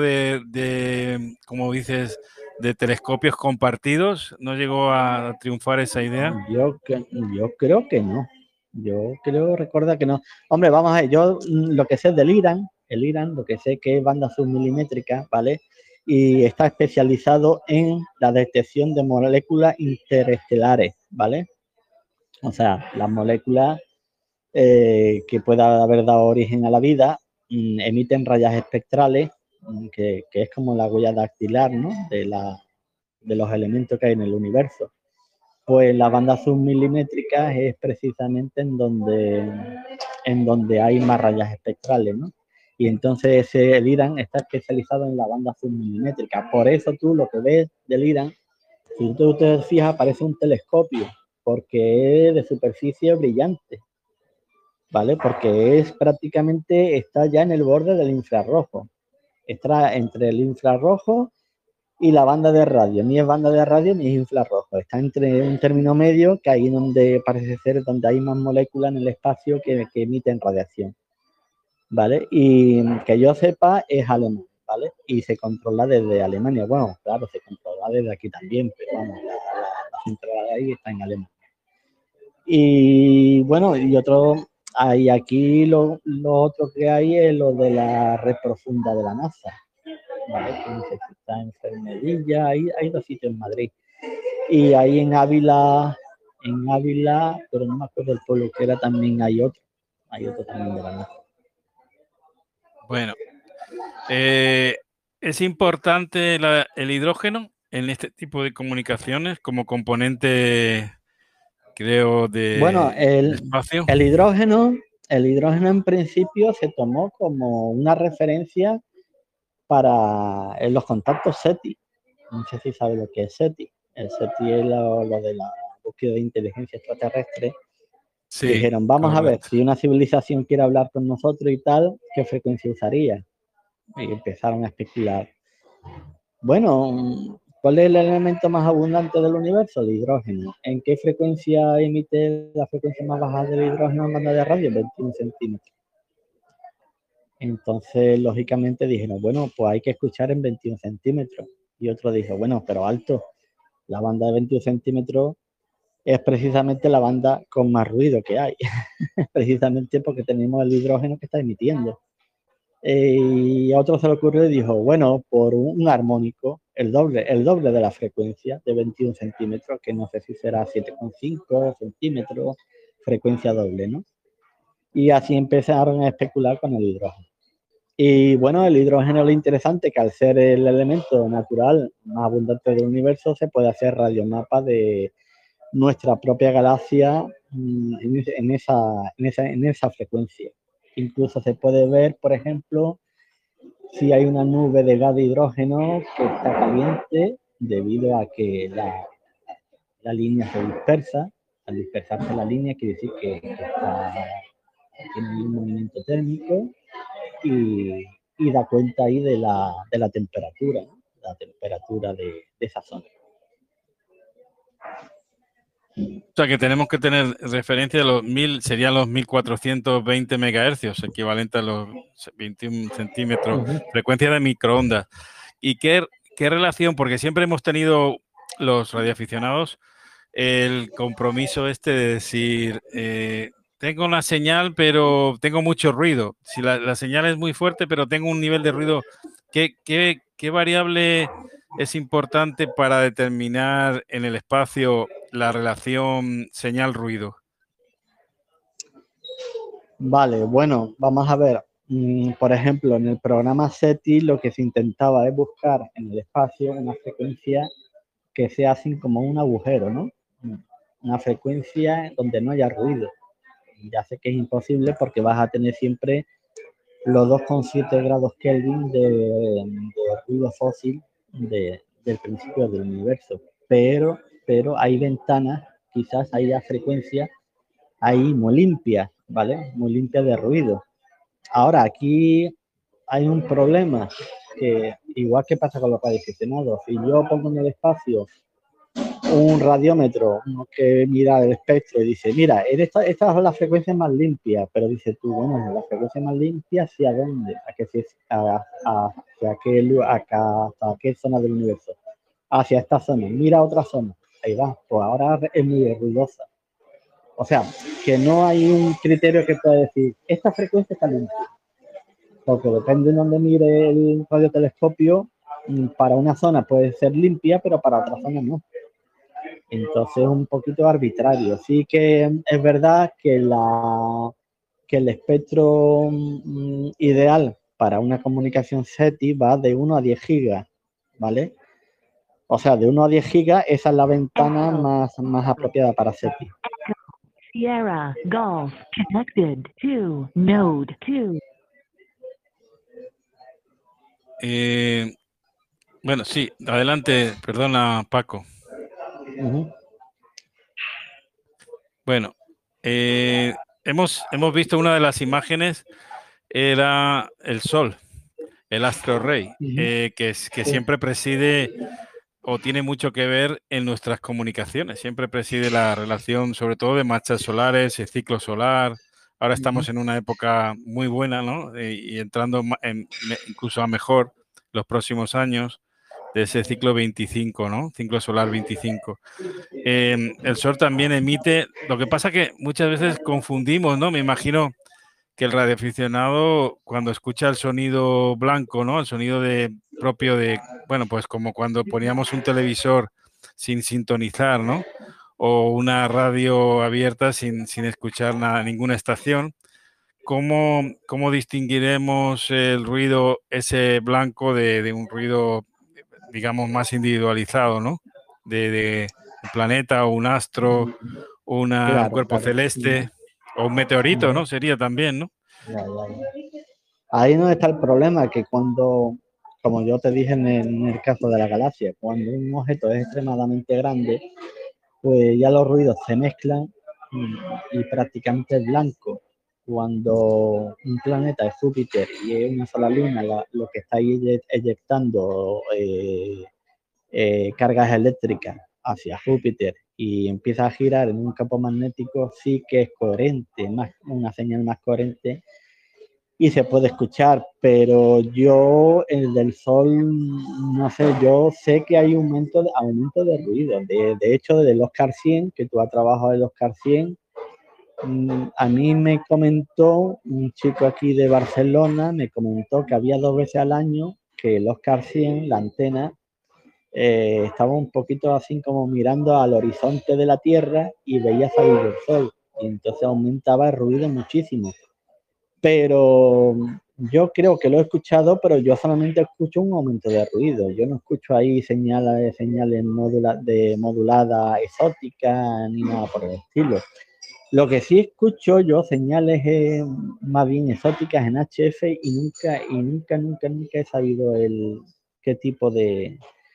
como dices, de telescopios compartidos. No llegó a triunfar esa idea. Yo creo que no. Yo creo, recuerda que no. Hombre, vamos a ver, yo lo que sé es del IRAN, el IRAN, lo que sé que es banda submilimétrica, ¿vale? Y está especializado en la detección de moléculas interestelares, ¿vale? O sea, las moléculas que pueda haber dado origen a la vida emiten rayas espectrales, que es como la huella dactilar, ¿no? De los elementos que hay en el universo. Pues la banda submilimétrica es precisamente en donde hay más rayas espectrales, ¿no? Y entonces el IRAN está especializado en la banda submilimétrica. Por eso tú lo que ves del IRAN, si tú te fijas, parece un telescopio, porque es de superficie brillante, ¿vale? Porque es prácticamente, está ya en el borde del infrarrojo. Está entre el infrarrojo y la banda de radio. Ni es banda de radio ni es infrarrojo. Está entre un término medio, que ahí donde parece ser donde hay más moléculas en el espacio que emiten radiación, ¿vale? Y que yo sepa es alemán, ¿vale? Y se controla desde Alemania. Bueno, claro, se controla desde aquí también, pero vamos, la central de ahí está en Alemania. Y bueno, y otro, hay aquí lo otro que hay es lo de la red profunda de la NASA, ¿vale? Que no sé si está en Cermedilla, hay dos sitios en Madrid. Y ahí en Ávila, pero no me acuerdo el pueblo que era, también hay otro también de la NASA. Bueno, es importante el hidrógeno en este tipo de comunicaciones como componente, creo, Bueno, de espacio. el hidrógeno en principio se tomó como una referencia para los contactos SETI. No sé si sabe lo que es SETI. El SETI es lo de la búsqueda de inteligencia extraterrestre. Sí, Dijeron, vamos a ver, correcto. si una civilización quiere hablar con nosotros y tal, ¿qué frecuencia usaría? Y empezaron a especular. Bueno, ¿cuál es el elemento más abundante del universo? El hidrógeno. ¿En qué frecuencia emite la frecuencia más baja del hidrógeno en banda de radio? 21 centímetros. Entonces, lógicamente dijeron, bueno, pues hay que escuchar en 21 centímetros. Y otro dijo, bueno, pero alto, la banda de 21 centímetros es precisamente la banda con más ruido que hay, precisamente porque tenemos el hidrógeno que está emitiendo. Y a otro se le ocurrió y dijo, bueno, por un armónico, el doble de la frecuencia de 21 centímetros, que no sé si será 7,5 centímetros, frecuencia doble, ¿no? Y así empezaron a especular con el hidrógeno. Y bueno, el hidrógeno, lo interesante que al ser el elemento natural más abundante del universo, se puede hacer radiomapas de nuestra propia galaxia en esa frecuencia. Incluso se puede ver, por ejemplo, si hay una nube de gas de hidrógeno que está caliente debido a que la línea se dispersa. Al dispersarse la línea quiere decir que tiene un movimiento térmico y da cuenta ahí de la temperatura, ¿no? La temperatura de esa zona. O sea que tenemos que tener referencia de los 1000, serían los 1420 megahercios, equivalente a los 21 centímetros, frecuencia de microondas. ¿Y qué relación? Porque siempre hemos tenido los radioaficionados el compromiso este de decir, tengo una señal, pero tengo mucho ruido. Si la señal es muy fuerte, pero tengo un nivel de ruido, ¿qué variable es importante para determinar en el espacio la relación señal-ruido? Vale, bueno, vamos a ver. Por ejemplo, en el programa SETI lo que se intentaba es buscar en el espacio una frecuencia que sea así como un agujero, ¿no? Una frecuencia donde no haya ruido. Ya sé que es imposible porque vas a tener siempre los 2,7 grados Kelvin de ruido fósil del principio del universo. Pero hay ventanas, quizás haya frecuencias ahí muy limpias, ¿vale? Muy limpias de ruido. Ahora, aquí hay un problema que, igual que pasa con los radioaficionados, si yo pongo en el espacio un radiómetro que mira el espectro y dice, mira, esta es la frecuencia más limpia, pero dice tú, bueno, la frecuencia más limpia, ¿hacia dónde? ¿Hasta qué zona del universo? Hacia esta zona, mira otra zona, ahí va, pues ahora es muy ruidosa. O sea, que no hay un criterio que pueda decir, esta frecuencia está limpia. Porque depende de dónde mire el radiotelescopio, para una zona puede ser limpia, pero para otra zona no. Entonces es un poquito arbitrario. Sí que es verdad que el espectro ideal para una comunicación SETI va de 1 a 10 gigas, ¿vale? O sea, de 1 a 10 gigas, esa es la ventana más apropiada para SETI. Sierra Golf connected to node 2. Bueno, sí, adelante, perdona Paco. Bueno, hemos visto una de las imágenes, era el Sol, el astro rey, que siempre preside o tiene mucho que ver en nuestras comunicaciones, siempre preside la relación sobre todo de manchas solares, el ciclo solar. Ahora estamos en una época muy buena, ¿no? Y entrando incluso a mejor los próximos años de ese ciclo 25, ¿no? Ciclo solar 25. El Sol también emite, lo que pasa que muchas veces confundimos, ¿no? Me imagino que el radioaficionado cuando escucha el sonido blanco, ¿no? El sonido propio de, bueno, pues como cuando poníamos un televisor sin sintonizar, ¿no? O una radio abierta sin escuchar ninguna estación. ¿Cómo distinguiremos el ruido ese blanco de un ruido, digamos, más individualizado, ¿no? De un planeta o un astro, un cuerpo celeste o un meteorito, ¿no? Sería también, ¿no? Ya. Ahí no está el problema, que cuando, como yo te dije en el caso de la galaxia, cuando un objeto es extremadamente grande, pues ya los ruidos se mezclan y prácticamente es blanco. Cuando un planeta es Júpiter y es una sola luna lo que está eyectando cargas eléctricas hacia Júpiter y empieza a girar en un campo magnético, sí que es coherente, una señal más coherente y se puede escuchar, pero yo, el del Sol, no sé, yo sé que hay aumento de ruido. De hecho, del Oscar 100, que tú has trabajado el Oscar 100, a mí me comentó un chico aquí de Barcelona, me comentó que había 2 veces al año que el Oscar 100, la antena, estaba un poquito así como mirando al horizonte de la Tierra y veía salir el Sol. Y entonces aumentaba el ruido muchísimo. Pero yo creo que lo he escuchado, pero yo solamente escucho un aumento de ruido. Yo no escucho ahí señales modulada exótica ni nada por el estilo. Lo que sí escucho yo señales más bien exóticas en HF y nunca he sabido qué tipo de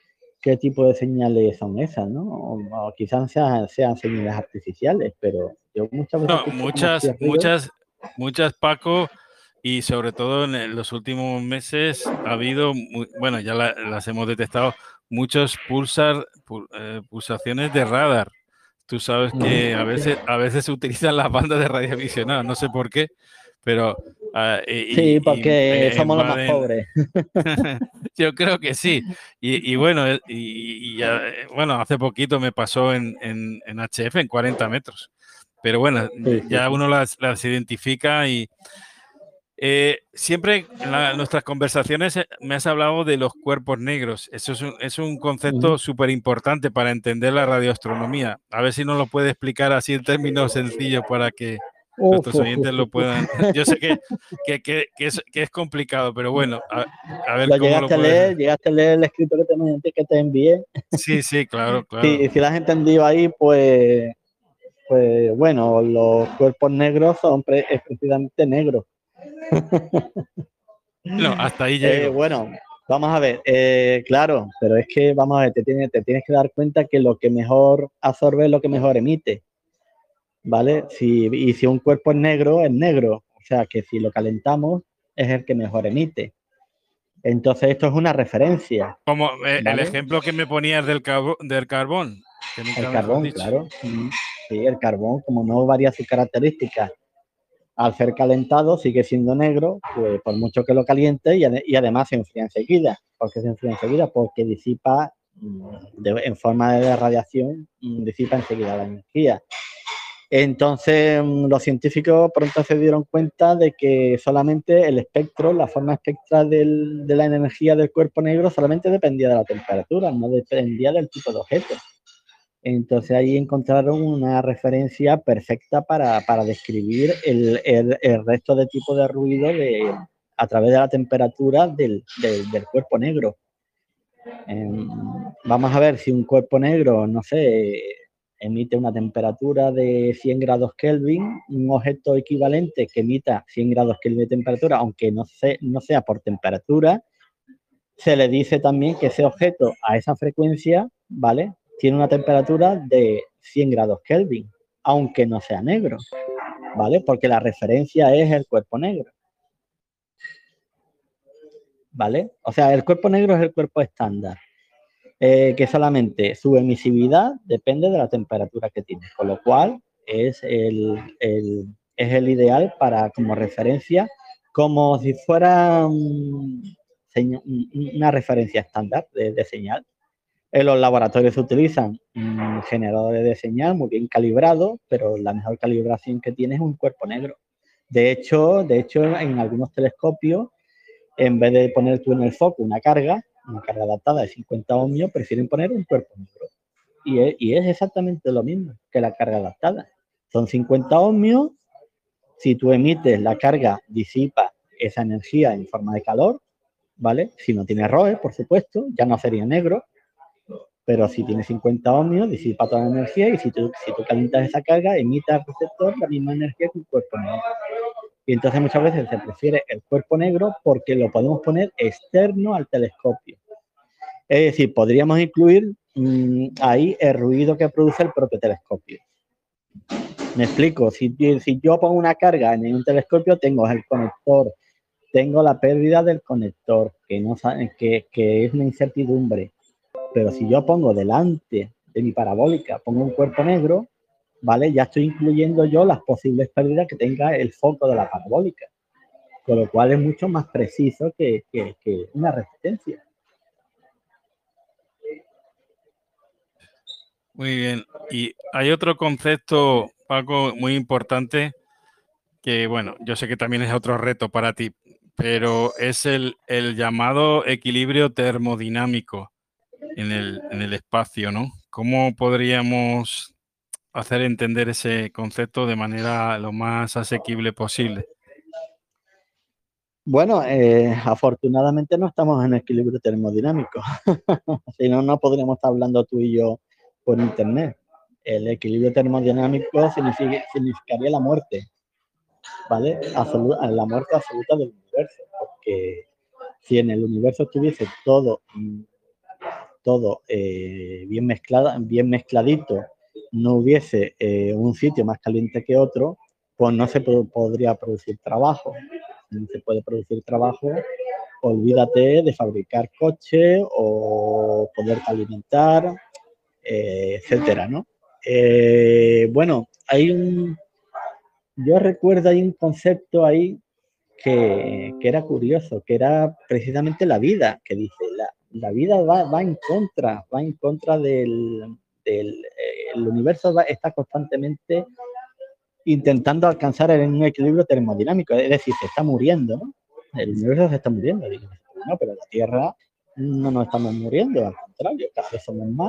señales son esas, ¿no? O quizás sean señales artificiales, pero yo muchas veces No, escucho muchas, Paco, y sobre todo en los últimos meses ha habido, bueno, ya las hemos detectado, muchos pulsaciones de radar. Tú sabes que a veces se utilizan las bandas de radioaficionados, no sé por qué, pero sí, porque somos los más invaden. pobres. Yo creo que sí. Y bueno, bueno, hace poquito me pasó en HF en 40 metros. Pero bueno, ya uno las identifica y siempre en nuestras conversaciones me has hablado de los cuerpos negros. Eso es un concepto súper importante para entender la radioastronomía. A ver si nos lo puede explicar así en términos sencillos para que nuestros oyentes lo puedan. Yo sé que es complicado, pero bueno, a ver ¿Lo cómo lo puedes. llegaste a leer el escrito que te envié? Sí, claro. Si lo has entendido ahí, pues bueno, los cuerpos negros son precisamente negros. No, hasta ahí llego. Bueno, vamos a ver, claro, pero es que vamos a ver, te tienes que dar cuenta que lo que mejor absorbe es lo que mejor emite, ¿vale? Y si un cuerpo es negro, o sea que si lo calentamos es el que mejor emite. Entonces esto es una referencia. Como el ¿vale? ejemplo que me ponías del carbón, que nunca El mejor carbón, dicho. claro. Sí, el carbón, como no varía sus características al ser calentado, sigue siendo negro, pues por mucho que lo caliente y además se enfría enseguida. ¿Por qué se enfría enseguida? Porque disipa, en forma de radiación, disipa enseguida la energía. Entonces, los científicos pronto se dieron cuenta de que solamente el espectro, la forma espectral de la energía del cuerpo negro solamente dependía de la temperatura, no dependía del tipo de objeto. Entonces ahí encontraron una referencia perfecta para describir el resto de tipo de ruido a través de la temperatura del cuerpo negro. Vamos a ver si un cuerpo negro, no sé, emite una temperatura de 100 grados Kelvin, un objeto equivalente que emita 100 grados Kelvin de temperatura, aunque no sea por temperatura, se le dice también que ese objeto a esa frecuencia, ¿vale?, tiene una temperatura de 100 grados Kelvin, aunque no sea negro, ¿vale? Porque la referencia es el cuerpo negro, ¿vale? O sea, el cuerpo negro es el cuerpo estándar, que solamente su emisividad depende de la temperatura que tiene, con lo cual es es el ideal para como referencia, como si fuera una referencia estándar de señal. En los laboratorios se utilizan generadores de señal muy bien calibrados, pero la mejor calibración que tiene es un cuerpo negro. De hecho, en algunos telescopios, en vez de poner tú en el foco una carga adaptada de 50 ohmios, prefieren poner un cuerpo negro. Y es exactamente lo mismo que la carga adaptada. Son 50 ohmios. Si tú emites la carga, disipa esa energía en forma de calor, ¿vale? Si no tiene errores, por supuesto, ya no sería negro. Pero si tiene 50 ohmios, disipa toda la energía y si tú calientas esa carga, emite al receptor la misma energía que un cuerpo negro. Y entonces muchas veces se prefiere el cuerpo negro porque lo podemos poner externo al telescopio. Es decir, podríamos incluir ahí el ruido que produce el propio telescopio. Me explico, si yo pongo una carga en un telescopio, tengo el conector, tengo la pérdida del conector, que es una incertidumbre. Pero si yo pongo delante de mi parabólica, pongo un cuerpo negro, ¿vale? Ya estoy incluyendo yo las posibles pérdidas que tenga el foco de la parabólica. Con lo cual es mucho más preciso que una resistencia. Muy bien. Y hay otro concepto, Paco, muy importante que, bueno, yo sé que también es otro reto para ti, pero es el llamado equilibrio termodinámico en el espacio, ¿no? ¿Cómo podríamos hacer entender ese concepto de manera lo más asequible posible? Bueno, afortunadamente no estamos en equilibrio termodinámico. Si no, no podríamos estar hablando tú y yo por internet. El equilibrio termodinámico significaría la muerte, ¿vale? La muerte absoluta del universo. Porque si en el universo estuviese todo bien mezcladito, no hubiese un sitio más caliente que otro, pues no se podría producir trabajo. Si no se puede producir trabajo, olvídate de fabricar coches o poderte alimentar, etcétera, ¿no? Bueno, yo recuerdo hay un concepto ahí que era curioso, que era precisamente la vida, que dice, la vida va en contra el universo está constantemente intentando alcanzar un equilibrio termodinámico, es decir, se está muriendo, ¿no? El universo se está muriendo. Digo, no, pero la Tierra no nos estamos muriendo, al contrario, cada vez somos más.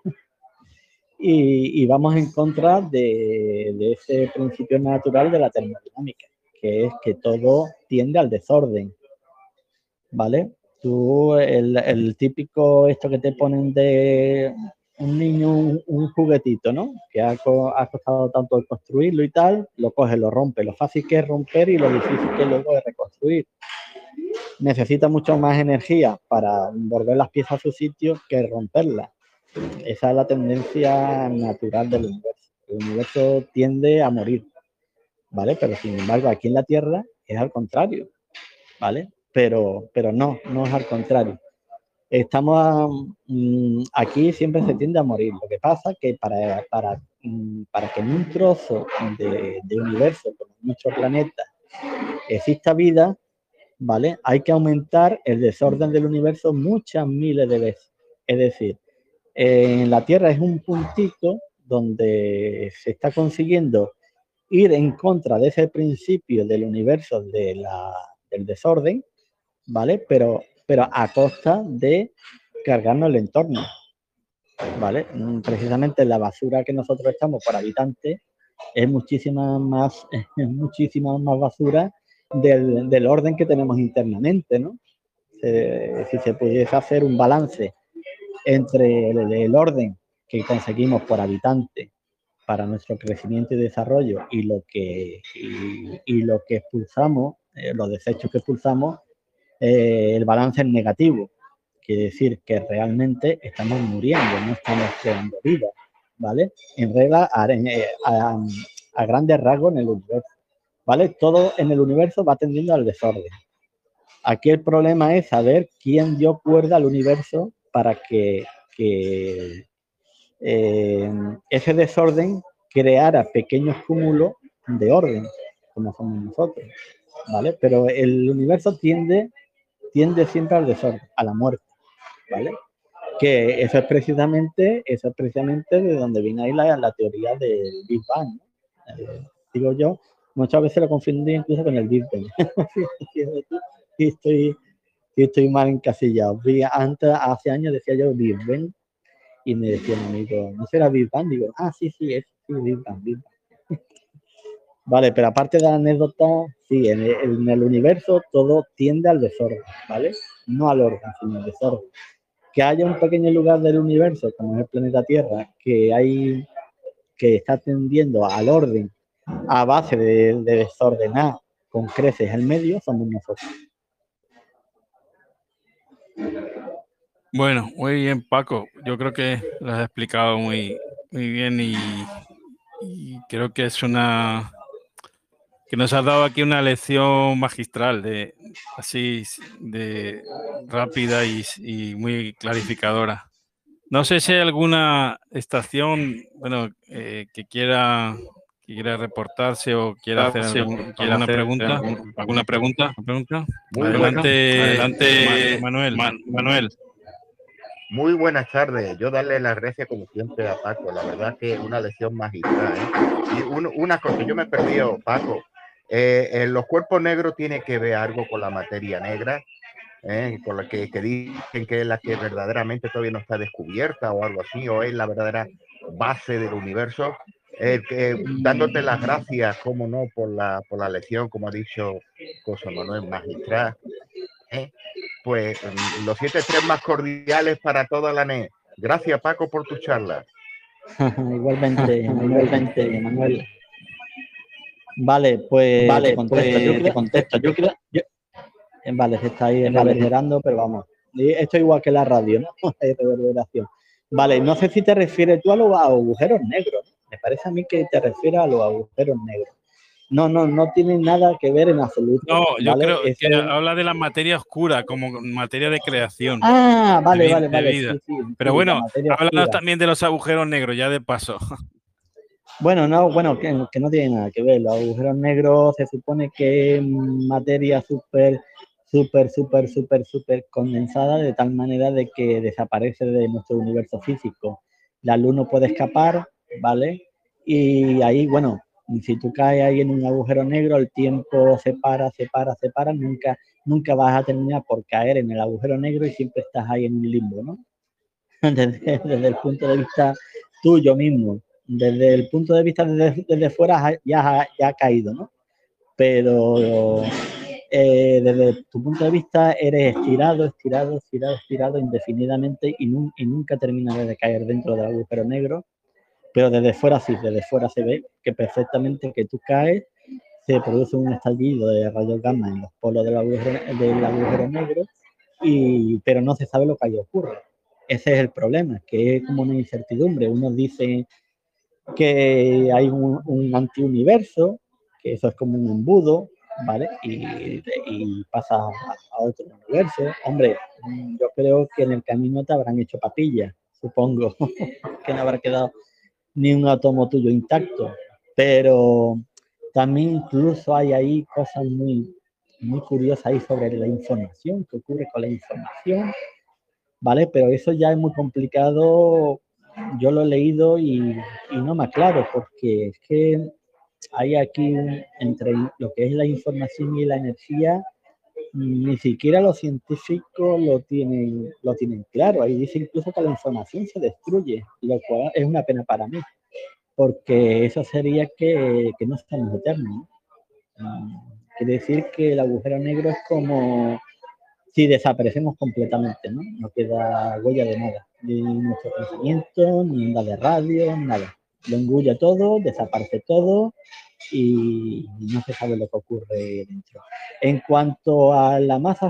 Y vamos en contra de ese principio natural de la termodinámica, que es que todo tiende al desorden, ¿vale? Tú, el típico esto que te ponen de un niño, un juguetito, ¿no? Que ha costado tanto construirlo y tal, lo coge, lo rompe, lo fácil que es romper y lo difícil que luego es reconstruir. Necesita mucho más energía para volver las piezas a su sitio que romperlas. Esa es la tendencia natural del universo. El universo tiende a morir, ¿vale? Pero sin embargo, aquí en la Tierra es al contrario, ¿vale? Pero no es al contrario. Estamos aquí siempre se tiende a morir. Lo que pasa es que para que en un trozo de universo como nuestro planeta exista vida, ¿vale? Hay que aumentar el desorden del universo muchas miles de veces. Es decir, en la Tierra es un puntito, donde se está consiguiendo ir en contra de ese principio del universo del desorden, ¿vale? Pero a costa de cargarnos el entorno, ¿vale? Precisamente la basura que nosotros estamos por habitante es muchísima más basura del orden que tenemos internamente, ¿no? Si se pudiese hacer un balance entre el orden que conseguimos por habitante para nuestro crecimiento y desarrollo y lo que expulsamos, los desechos que expulsamos, el balance es negativo. Quiere decir que realmente estamos muriendo, no estamos creando vida, ¿vale? En regla, a grandes rasgos en el universo, ¿vale? Todo en el universo va tendiendo al desorden. Aquí el problema es saber quién dio cuerda al universo para que ese desorden creara pequeños cúmulos de orden, como somos nosotros, ¿vale? Pero el universo tiende siempre al desorden, a la muerte, ¿vale? Que eso es precisamente de donde viene ahí la teoría del Big Bang, ¿no? Digo yo, muchas veces lo confundí incluso con el Big Bang. Sí estoy mal encasillado. Antes, hace años decía yo Big Bang y me decía un amigo, ¿no será Big Bang? Digo, sí, es Big Bang, Big Bang. Vale, pero aparte de la anécdota, sí, en el universo todo tiende al desorden, ¿vale? No al orden, sino al desorden. Que haya un pequeño lugar del universo, como es el planeta Tierra, que está tendiendo al orden a base de desordenar con creces el medio, somos nosotros. Bueno, muy bien, Paco. Yo creo que lo has explicado muy bien y creo que que nos has dado aquí una lección magistral así de rápida y muy clarificadora. No sé si hay alguna estación, bueno, que quiera reportarse o quiera hacer alguna pregunta. ¿Alguna pregunta? Adelante, Manuel. Muy buenas tardes. Yo darle las gracias como siempre a Paco. La verdad que es una lección magistral, ¿eh? Y una cosa, yo me he perdido, Paco. Los cuerpos negros tienen que ver algo con la materia negra, con la que dicen que es la que verdaderamente todavía no está descubierta o algo así, o es la verdadera base del universo. Dándote las gracias, como no, por la lección, como ha dicho José Manuel, magistral. Pues los 7 estrés más cordiales para toda la NET. Gracias, Paco, por tu charla. Igualmente, Manuel. Vale, pues te contesto. Vale, se está ahí reverberando, pero vamos. Esto es igual que la radio, ¿no? Hay reverberación. Vale, no sé si te refieres tú a los agujeros negros. Me parece a mí que te refieres a los agujeros negros. No tiene nada que ver en absoluto. No, yo ¿vale? creo que habla de la materia oscura como materia de creación. Vale. Vida. Sí, pero bueno, háblanos también de los agujeros negros, ya de paso. Bueno, que no tiene nada que ver. Los agujeros negros se supone que es materia súper condensada, de tal manera de que desaparece de nuestro universo físico. La luz no puede escapar, ¿vale? Y ahí, bueno, si tú caes ahí en un agujero negro, el tiempo se para, nunca vas a terminar por caer en el agujero negro y siempre estás ahí en un limbo, ¿no? Desde el punto de vista tuyo mismo. Desde el punto de vista desde fuera ya ha caído, ¿no? Pero desde tu punto de vista eres estirado indefinidamente y nunca terminas de caer dentro del agujero negro, pero desde fuera sí, desde fuera se ve que perfectamente que tú caes, se produce un estallido de rayos gamma en los polos del agujero negro, pero no se sabe lo que ahí ocurre. Ese es el problema, que es como una incertidumbre. Unos dicen que hay un antiuniverso, que eso es como un embudo, ¿vale? Y pasa a otro universo. Hombre, yo creo que en el camino te habrán hecho papilla, supongo, que no habrá quedado ni un átomo tuyo intacto. Pero también incluso hay ahí cosas muy curiosas ahí sobre la información, que ocurre con la información, ¿vale? Pero eso ya es muy complicado yo lo he leído y no me aclaro, porque es que hay aquí entre lo que es la información y la energía, ni siquiera los científicos lo tienen claro. Ahí dice incluso que la información se destruye, lo cual es una pena para mí, porque eso sería que no estamos eternos, ¿no? Quiere decir que el agujero negro es como si desaparecemos completamente, ¿no? No queda huella de nada, ni nuestro pensamiento, ni onda de radio, nada. Lo engulle todo, desaparece todo y no se sabe lo que ocurre dentro. En cuanto a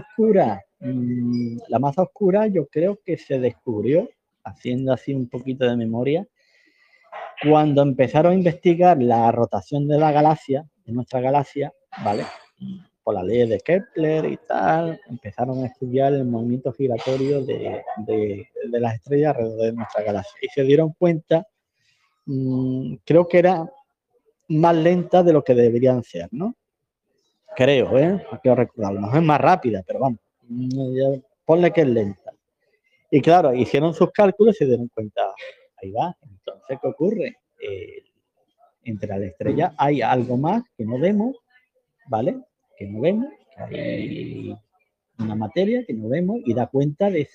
la masa oscura yo creo que se descubrió, haciendo así un poquito de memoria, cuando empezaron a investigar la rotación de la galaxia, de nuestra galaxia, ¿vale? Por la ley de Kepler y tal, empezaron a estudiar el movimiento giratorio de las estrellas alrededor de nuestra galaxia y se dieron cuenta, creo que era más lenta de lo que deberían ser, ¿no? Creo, ¿eh? No quiero recordarlo. No es más rápida, pero vamos, ponle que es lenta. Y claro, hicieron sus cálculos y se dieron cuenta, ahí va. Entonces, ¿qué ocurre? Entre la estrella hay algo más que no vemos, ¿vale? Que no vemos, que hay una materia que no vemos y da cuenta de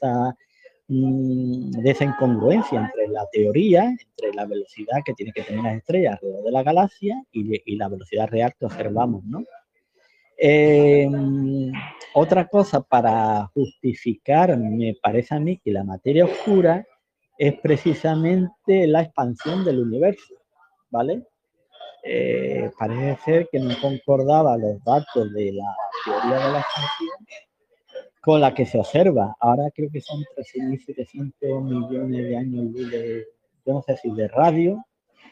esa incongruencia entre la teoría, entre la velocidad que tiene que tener las estrellas alrededor de la galaxia y la velocidad real que observamos, ¿no? Otra cosa para justificar, me parece a mí que la materia oscura es precisamente la expansión del universo, ¿vale? Parece ser que no concordaba los datos de la teoría de la expansión con la que se observa. Ahora creo que son 13.700 millones de años luz yo no sé si de radio,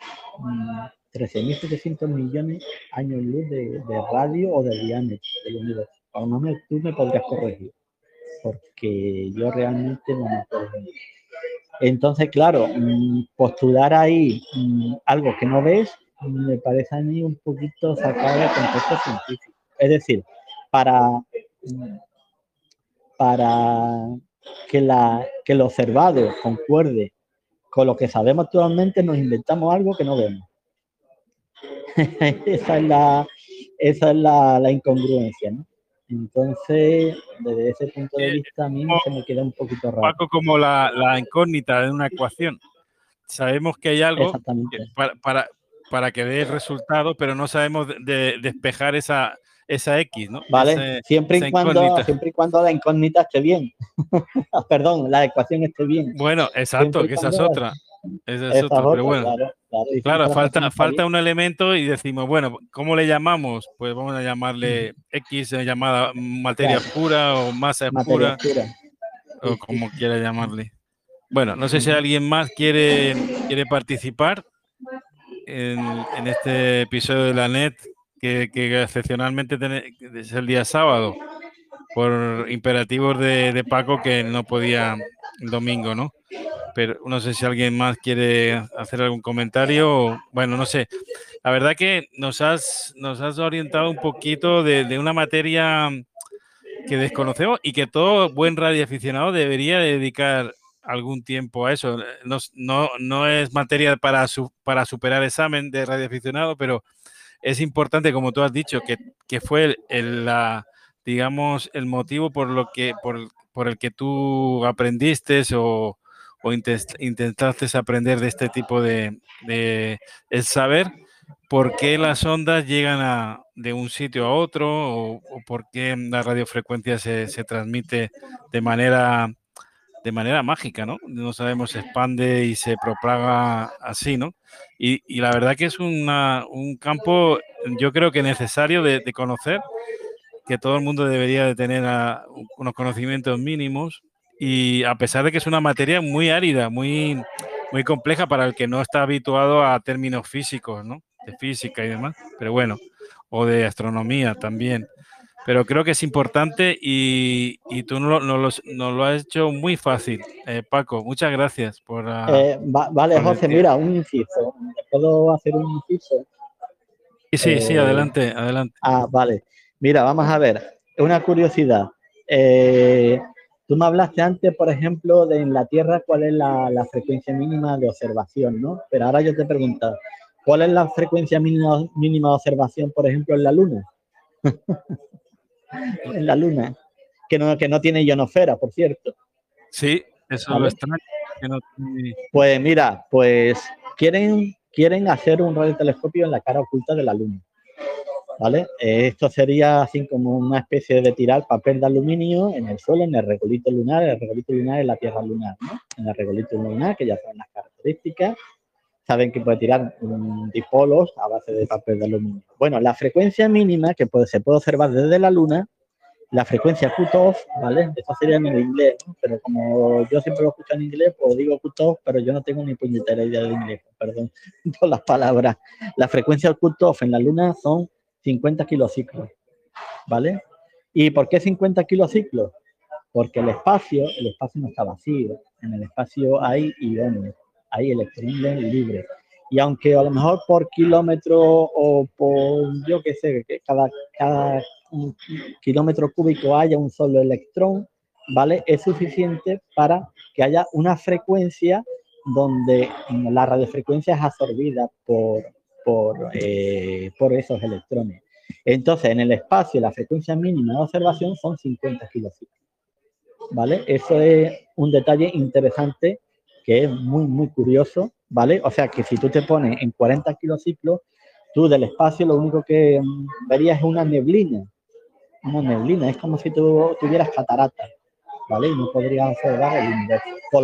13.700 millones de años luz de radio o de diámetro del universo. A lo mejor tú me podrías corregir, porque yo realmente no me acuerdo. Entonces, claro, postular ahí algo que no ves me parece a mí un poquito sacado del contexto científico. Es decir, para que lo observado concuerde con lo que sabemos actualmente, nos inventamos algo que no vemos. esa es la incongruencia, ¿no? Entonces, desde ese punto de vista, a mí se me queda un poquito raro. Paco, como la incógnita de una ecuación. Sabemos que hay algo Exactamente. para que dé el resultado, pero no sabemos despejar esa X, ¿no? Vale, siempre y cuando la incógnita esté bien. Perdón, la ecuación esté bien. Bueno, exacto, que esa es otra. Esa es otra, pero bueno. Claro, falta un elemento y decimos, bueno, ¿cómo le llamamos? Pues vamos a llamarle X, llamada materia oscura o masa oscura, o como quiera llamarle. Bueno, no sé si alguien más quiere participar en este episodio de la NET, que excepcionalmente es el día sábado, por imperativos de Paco, que no podía el domingo, ¿no? Pero no sé si alguien más quiere hacer algún comentario. Bueno, no sé. La verdad que nos has orientado un poquito de una materia que desconocemos y que todo buen radioaficionado debería dedicar algún tiempo a eso. No es materia para superar examen de radioaficionado, pero es importante, como tú has dicho, que fue digamos, el motivo por el que tú aprendiste o intentaste aprender de este tipo de el saber por qué las ondas llegan de un sitio a otro o por qué la radiofrecuencia se transmite de manera mágica, ¿no? No sabemos, se expande y se propaga así, ¿no? Y la verdad que es un campo, yo creo que necesario de conocer, que todo el mundo debería de tener unos conocimientos mínimos, y a pesar de que es una materia muy árida, muy compleja para el que no está habituado a términos físicos, ¿no? De física y demás, pero bueno, o de astronomía también. Pero creo que es importante y tú nos lo has hecho muy fácil, Paco. Muchas gracias por... Vale, José, mira, un inciso. ¿Puedo hacer un inciso? Sí, adelante. Vale. Mira, vamos a ver. Una curiosidad. Tú me hablaste antes, por ejemplo, de en la Tierra cuál es la frecuencia mínima de observación, ¿no? Pero ahora yo te pregunto, ¿cuál es la frecuencia mínima de observación, por ejemplo, en la Luna? En la Luna, que no tiene ionosfera, por cierto. Sí, eso es lo ¿Vale? extraño. Que no tiene- Pues mira, pues quieren hacer un radiotelescopio en la cara oculta de la Luna. ¿Vale? Esto sería así como una especie de tirar papel de aluminio en el suelo, en el regolito lunar. El regolito lunar es la Tierra lunar, ¿no? En el regolito lunar, que ya saben las características, saben que puede tirar dipolos a base de papel de aluminio. Bueno, la frecuencia mínima que se puede observar desde la Luna, la frecuencia cutoff, ¿vale? Esto sería en el inglés, ¿no? Pero como yo siempre lo escucho en inglés, pues digo cutoff, pero yo no tengo ni puñetera idea de inglés, perdón por las palabras. La frecuencia cutoff en la Luna son 50 kilociclos, ¿vale? ¿Y por qué 50 kilociclos? Porque el espacio no está vacío. En el espacio hay iones, hay electrones libres. Y aunque a lo mejor por kilómetro o por, yo qué sé, que cada kilómetro cúbico haya un solo electrón, ¿vale? Es suficiente para que haya una frecuencia donde la radiofrecuencia es absorbida por esos electrones. Entonces, en el espacio, la frecuencia mínima de observación son 50 kilociclos. ¿Vale? Eso es un detalle interesante que es muy, muy curioso, ¿vale? O sea, que si tú te pones en 40 kilociclos, tú del espacio lo único que verías es una neblina. Una neblina, es como si tú tuvieras catarata, ¿vale? Y no podrías observar el universo.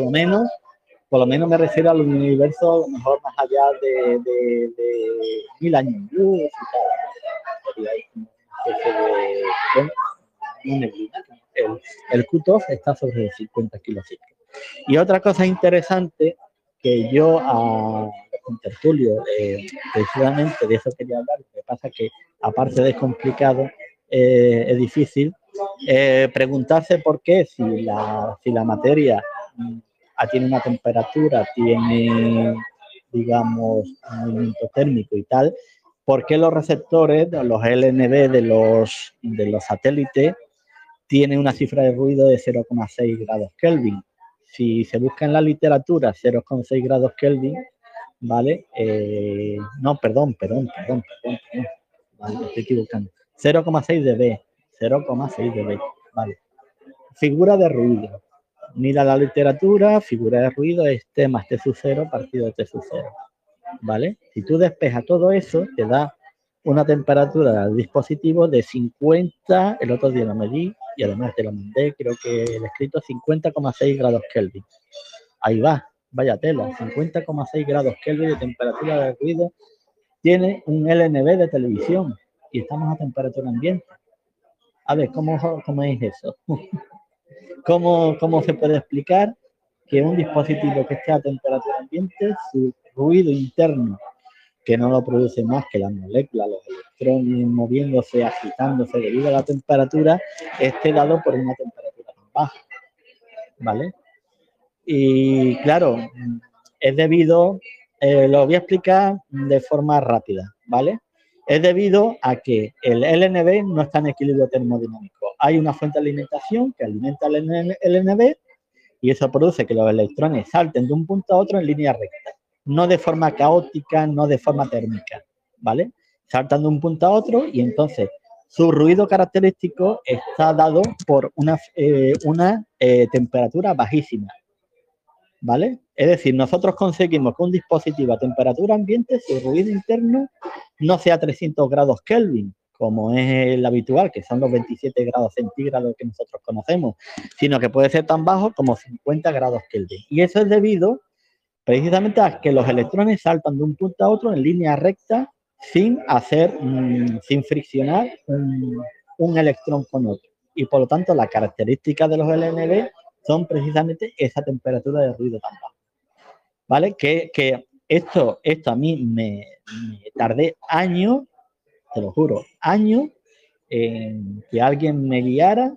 Por lo menos me refiero al universo a lo mejor más allá de 1000 años luz y tal. Sería ahí como una especie de, bueno, una neblina. El cutoff está sobre 50 kilociclos. Y otra cosa interesante que yo a Tertulio, precisamente de eso quería hablar, lo que pasa que aparte de complicado, es difícil preguntarse por qué si la materia tiene una temperatura, tiene, digamos, un movimiento térmico y tal, ¿por qué los receptores, los LNB de los satélites, tiene una cifra de ruido de 0,6 grados Kelvin? Si se busca en la literatura 0,6 grados Kelvin, ¿vale? No, perdón. Vale, me estoy equivocando. 0,6 dB, 0,6 dB, ¿vale? Figura de ruido. Mira la literatura, figura de ruido es T más T sub 0 partido de T sub 0, ¿vale? Si tú despejas todo eso, te da una temperatura del dispositivo de 50, el otro día lo medí y además te lo mandé, creo que el escrito 50,6 grados Kelvin. Ahí va, vaya tela, 50,6 grados Kelvin de temperatura de ruido tiene un LNB de televisión y estamos a temperatura ambiente. A ver, ¿cómo es eso? ¿Cómo se puede explicar que un dispositivo que esté a temperatura ambiente, su ruido interno, que no lo produce más que las moléculas, los electrones moviéndose, agitándose debido a la temperatura, esté dado por una temperatura tan baja, ¿vale? Y claro, es debido, lo voy a explicar de forma rápida, ¿vale? Es debido a que el LNB no está en equilibrio termodinámico. Hay una fuente de alimentación que alimenta el LNB y eso produce que los electrones salten de un punto a otro en línea recta, no de forma caótica, no de forma térmica, ¿vale? Saltan de un punto a otro y entonces su ruido característico está dado por una temperatura bajísima, ¿vale? Es decir, nosotros conseguimos que un dispositivo a temperatura ambiente, su ruido interno, no sea 300 grados Kelvin, como es el habitual, que son los 27 grados centígrados que nosotros conocemos, sino que puede ser tan bajo como 50 grados Kelvin. Y eso es debido precisamente a que los electrones saltan de un punto a otro en línea recta sin friccionar un electrón con otro. Y por lo tanto, las características de los LNB son precisamente esa temperatura de ruido tan baja, ¿vale? Que esto a mí me tardé años, te lo juro, años en que alguien me guiara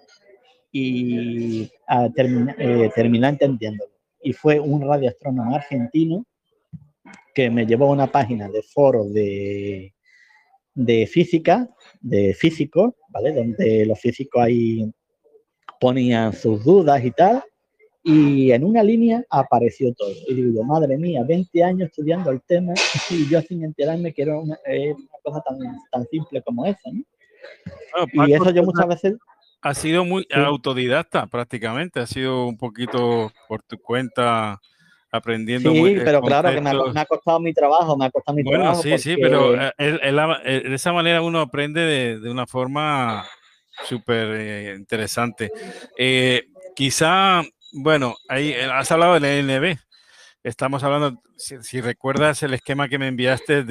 y terminar entendiéndolo. Y fue un radioastrónomo argentino que me llevó a una página de foro de física, de físicos, ¿vale? Donde los físicos hay ponían sus dudas y tal, y en una línea apareció todo. Y digo, madre mía, 20 años estudiando el tema y yo sin enterarme que era una cosa tan simple como esa, ¿no? Bueno, Y Paco eso yo muchas veces... ha sido muy Sí. autodidacta prácticamente, ha sido un poquito por tu cuenta aprendiendo Sí, pero claro que conceptos. me ha costado mi trabajo, Bueno, sí, pero porque... de esa manera uno aprende de una forma súper interesante. Quizá, bueno, ahí has hablado del LNB. Estamos hablando, si recuerdas el esquema que me enviaste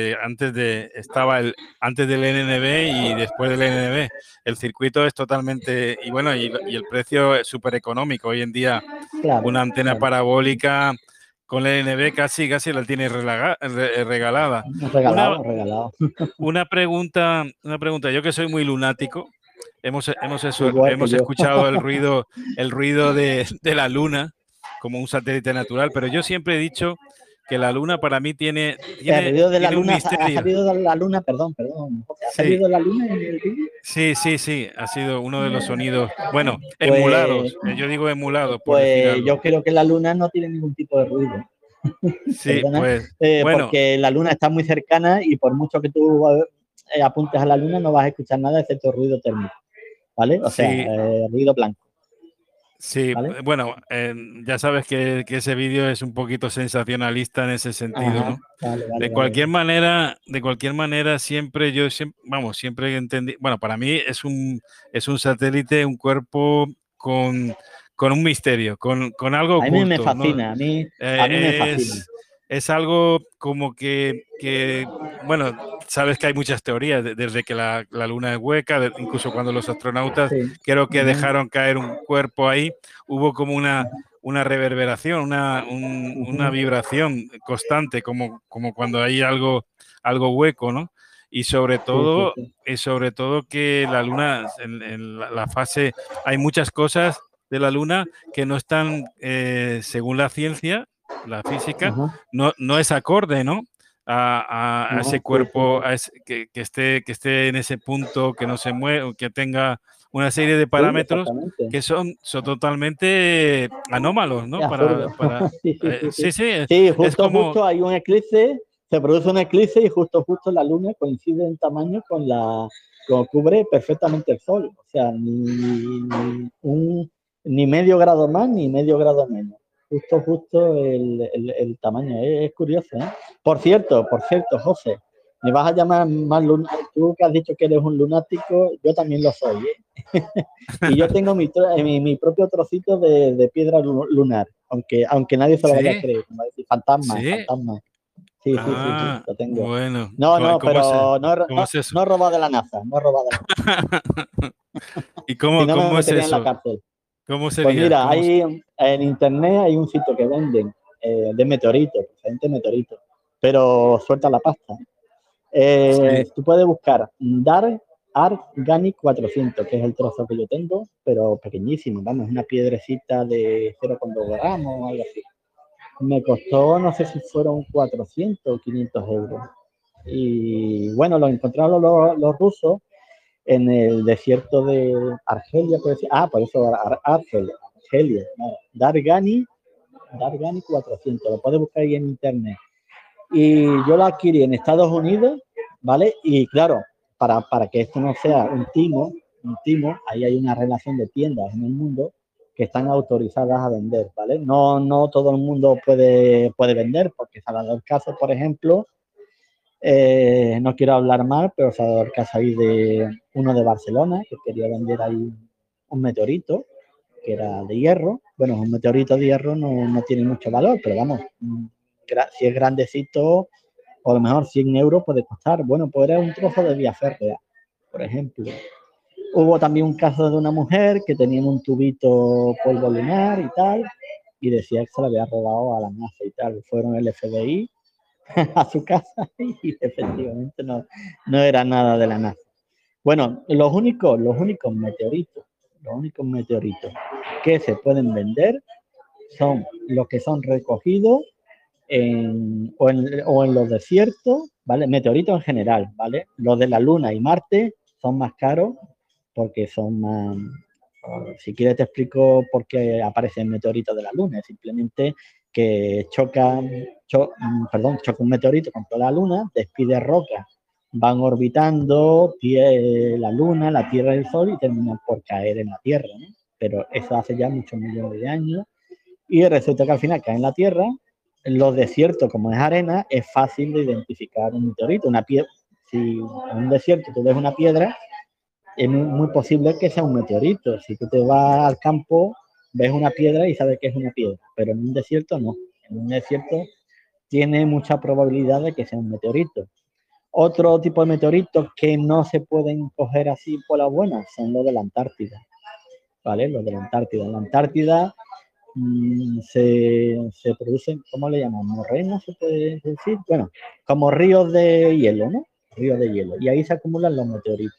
antes del NNB y después del NNB. El circuito es totalmente, y bueno, y el precio es súper económico. Hoy en día, Claro, una antena claro. parabólica con el NB casi la tiene regalada. Una, Regalado. una pregunta, yo que soy muy lunático, Igual que hemos yo. escuchado el ruido de la luna como un satélite natural, pero yo siempre he dicho que la luna para mí El ruido de la tiene un luna, ha misterio. salido de la luna, perdón, ¿ha Sí, salido la luna en el vídeo? sí, ha sido uno de los sonidos, bueno, Pues, emulados, yo digo emulados por decir algo. yo creo que la luna no tiene ningún tipo de ruido. Sí, Perdona, pues, bueno, porque la luna está muy cercana y por mucho que tú apuntes a la luna no vas a escuchar nada excepto ruido térmico, ¿vale? O sea, sí, ruido blanco, sí, ¿vale? bueno, ya sabes que ese vídeo es un poquito sensacionalista en ese sentido, Ajá, ¿no? vale, vale. De cualquier manera, siempre entendí, bueno, para mí es un satélite, un cuerpo con un misterio, con algo A mí me oculto, ¿no? fascina, a mí me fascina. Es algo como bueno, sabes que hay muchas teorías, desde que la luna es hueca, incluso cuando los astronautas Sí. creo que Ujú, dejaron caer un cuerpo ahí, hubo como ajá, una reverberación, una ujú. vibración constante, como cuando hay algo hueco, ¿no? Y sobre Sí, sí, todo, sí. que la luna, en la fase, hay muchas cosas de la luna que no están, según la ciencia, la física, Ajá, no es acorde, ¿no? A ajá, ese sí, sí, cuerpo, sí. que esté en ese punto, que no se mueva, que tenga una serie de Sí, parámetros exactamente. que son totalmente anómalos, Es ¿no? absurdo. Sí, sí, sí, sí. Sí, sí, Sí, es como, justo hay un eclipse, se produce un eclipse y justo la luna coincide en tamaño cubre perfectamente el sol. O sea, ni medio grado más ni medio grado menos. Justo el tamaño. Es curioso, ¿eh? Por cierto, José, me vas a llamar más lunático. Tú que has dicho que eres un lunático, yo también lo soy, ¿eh? Y yo tengo mi propio trocito de piedra lunar, aunque nadie se lo vaya a sí, creer. Va a decir, fantasma, sí, fantasma. Sí, sí, sí, sí, ah, lo tengo. bueno, No, ¿cómo pero cómo es eso? no he robado de la NASA, no he robado de la NASA. ¿Y Si no me cómo es metería en la eso? cárcel. ¿Cómo Pues sería? mira, en internet hay un sitio que venden de meteoritos, precisamente meteoritos, pero suelta la pasta. Sí, Tú puedes buscar Dark Organic 400, que es el trozo que yo tengo, pero pequeñísimo, vamos, una piedrecita de 0,2 gramos o algo así. Me costó, no sé si fueron 400 o 500 euros. Y bueno, lo encontraron los rusos en el desierto de Argelia, puede ser. Por eso Argelia, no, Dargani 400, lo puedes buscar ahí en internet. Y yo lo adquirí en Estados Unidos, ¿vale? Y claro, para que esto no sea un timo, ahí hay una relación de tiendas en el mundo que están autorizadas a vender, ¿vale? No todo el mundo puede vender, porque Salvador Caso, por ejemplo, no quiero hablar mal, pero Salvador Caso ahí de uno de Barcelona, que quería vender ahí un meteorito, que era de hierro. Bueno, un meteorito de hierro no tiene mucho valor, pero vamos, si es grandecito, o a lo mejor 100 euros puede costar. Bueno, pues era un trozo de vía férrea, por ejemplo. Hubo también un caso de una mujer que tenía un tubito polvo lunar y tal, y decía que se lo había robado a la NASA y tal. Fueron el FBI a su casa y efectivamente no era nada de la NASA. Bueno, los únicos meteoritos que se pueden vender son los que son recogidos o en los desiertos, ¿vale? Meteoritos en general, ¿vale? Los de la Luna y Marte son más caros porque son Si quieres te explico por qué aparecen meteoritos de la Luna. Es simplemente que choca un meteorito contra la Luna, despide rocas, van orbitando la Luna, la Tierra y el Sol y terminan por caer en la Tierra, ¿no? Pero eso hace ya muchos millones de años y resulta que al final cae en la Tierra. En los desiertos, como es arena, es fácil de identificar un meteorito. Una piedra, si en un desierto tú ves una piedra, es muy posible que sea un meteorito. Si tú te vas al campo, ves una piedra y sabes que es una piedra, pero en un desierto no. En un desierto tiene mucha probabilidad de que sea un meteorito. Otro tipo de meteoritos que no se pueden coger así por la buena son los de la Antártida, ¿vale? Los de la Antártida. En la Antártida se producen, ¿cómo le llaman? Morrenas, se puede decir. Bueno, como ríos de hielo, ¿no? Ríos de hielo. Y ahí se acumulan los meteoritos.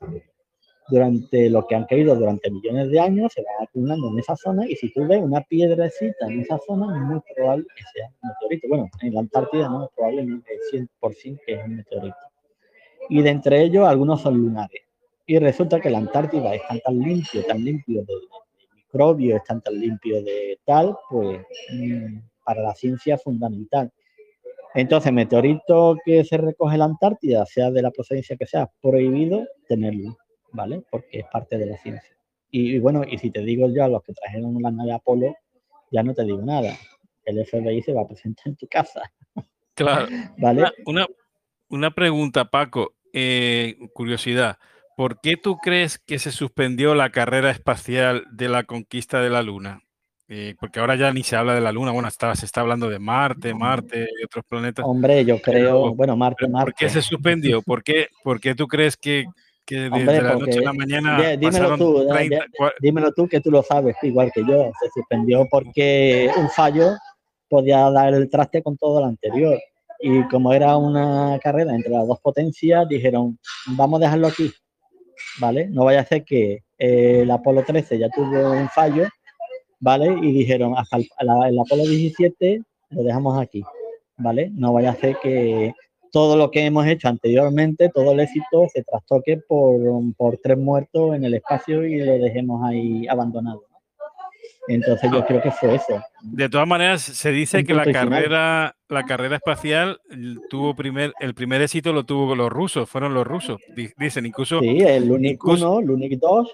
Durante lo que han caído durante millones de años, se van acumulando en esa zona y si tú ves una piedrecita en esa zona, es muy probable que sea un meteorito. Bueno, en la Antártida no, probablemente 100% que es un meteorito. Y de entre ellos, algunos son lunares. Y resulta que la Antártida es tan limpio de microbios, es tan limpio de tal, pues para la ciencia es fundamental. Entonces, meteorito que se recoge en la Antártida, sea de la procedencia que sea, prohibido tenerlo, ¿vale? Porque es parte de la ciencia. Y bueno, y si te digo ya los que trajeron la nave Apolo, ya no te digo nada. El FBI se va a presentar en tu casa, Claro. ¿vale? Una pregunta, Paco, curiosidad. ¿Por qué tú crees que se suspendió la carrera espacial de la conquista de la Luna? Porque ahora ya ni se habla de la Luna, bueno, se está hablando de Marte y otros planetas, Hombre, yo creo, pero, bueno, Marte. ¿por qué se suspendió? ¿Por qué tú crees que Hombre, desde la noche a la porque mañana dímelo pasaron tú, 30, dímelo tú que tú lo sabes, igual que yo. Se suspendió porque un fallo podía dar el traste con todo lo anterior. Y como era una carrera entre las dos potencias, dijeron, vamos a dejarlo aquí, ¿vale? No vaya a ser que el Apolo 13 ya tuvo un fallo, ¿vale? Y dijeron, hasta el Apolo 17 lo dejamos aquí, ¿vale? No vaya a ser que todo lo que hemos hecho anteriormente, todo el éxito, se trastoque por 3 muertos en el espacio y lo dejemos ahí abandonado, ¿no? Entonces yo creo que fue eso. De todas maneras, se dice Un que la punto y final. carrera espacial el primer éxito lo tuvo los rusos, fueron los rusos. Dicen, incluso, Sí, el Lunik incluso, 1, Lunik 2.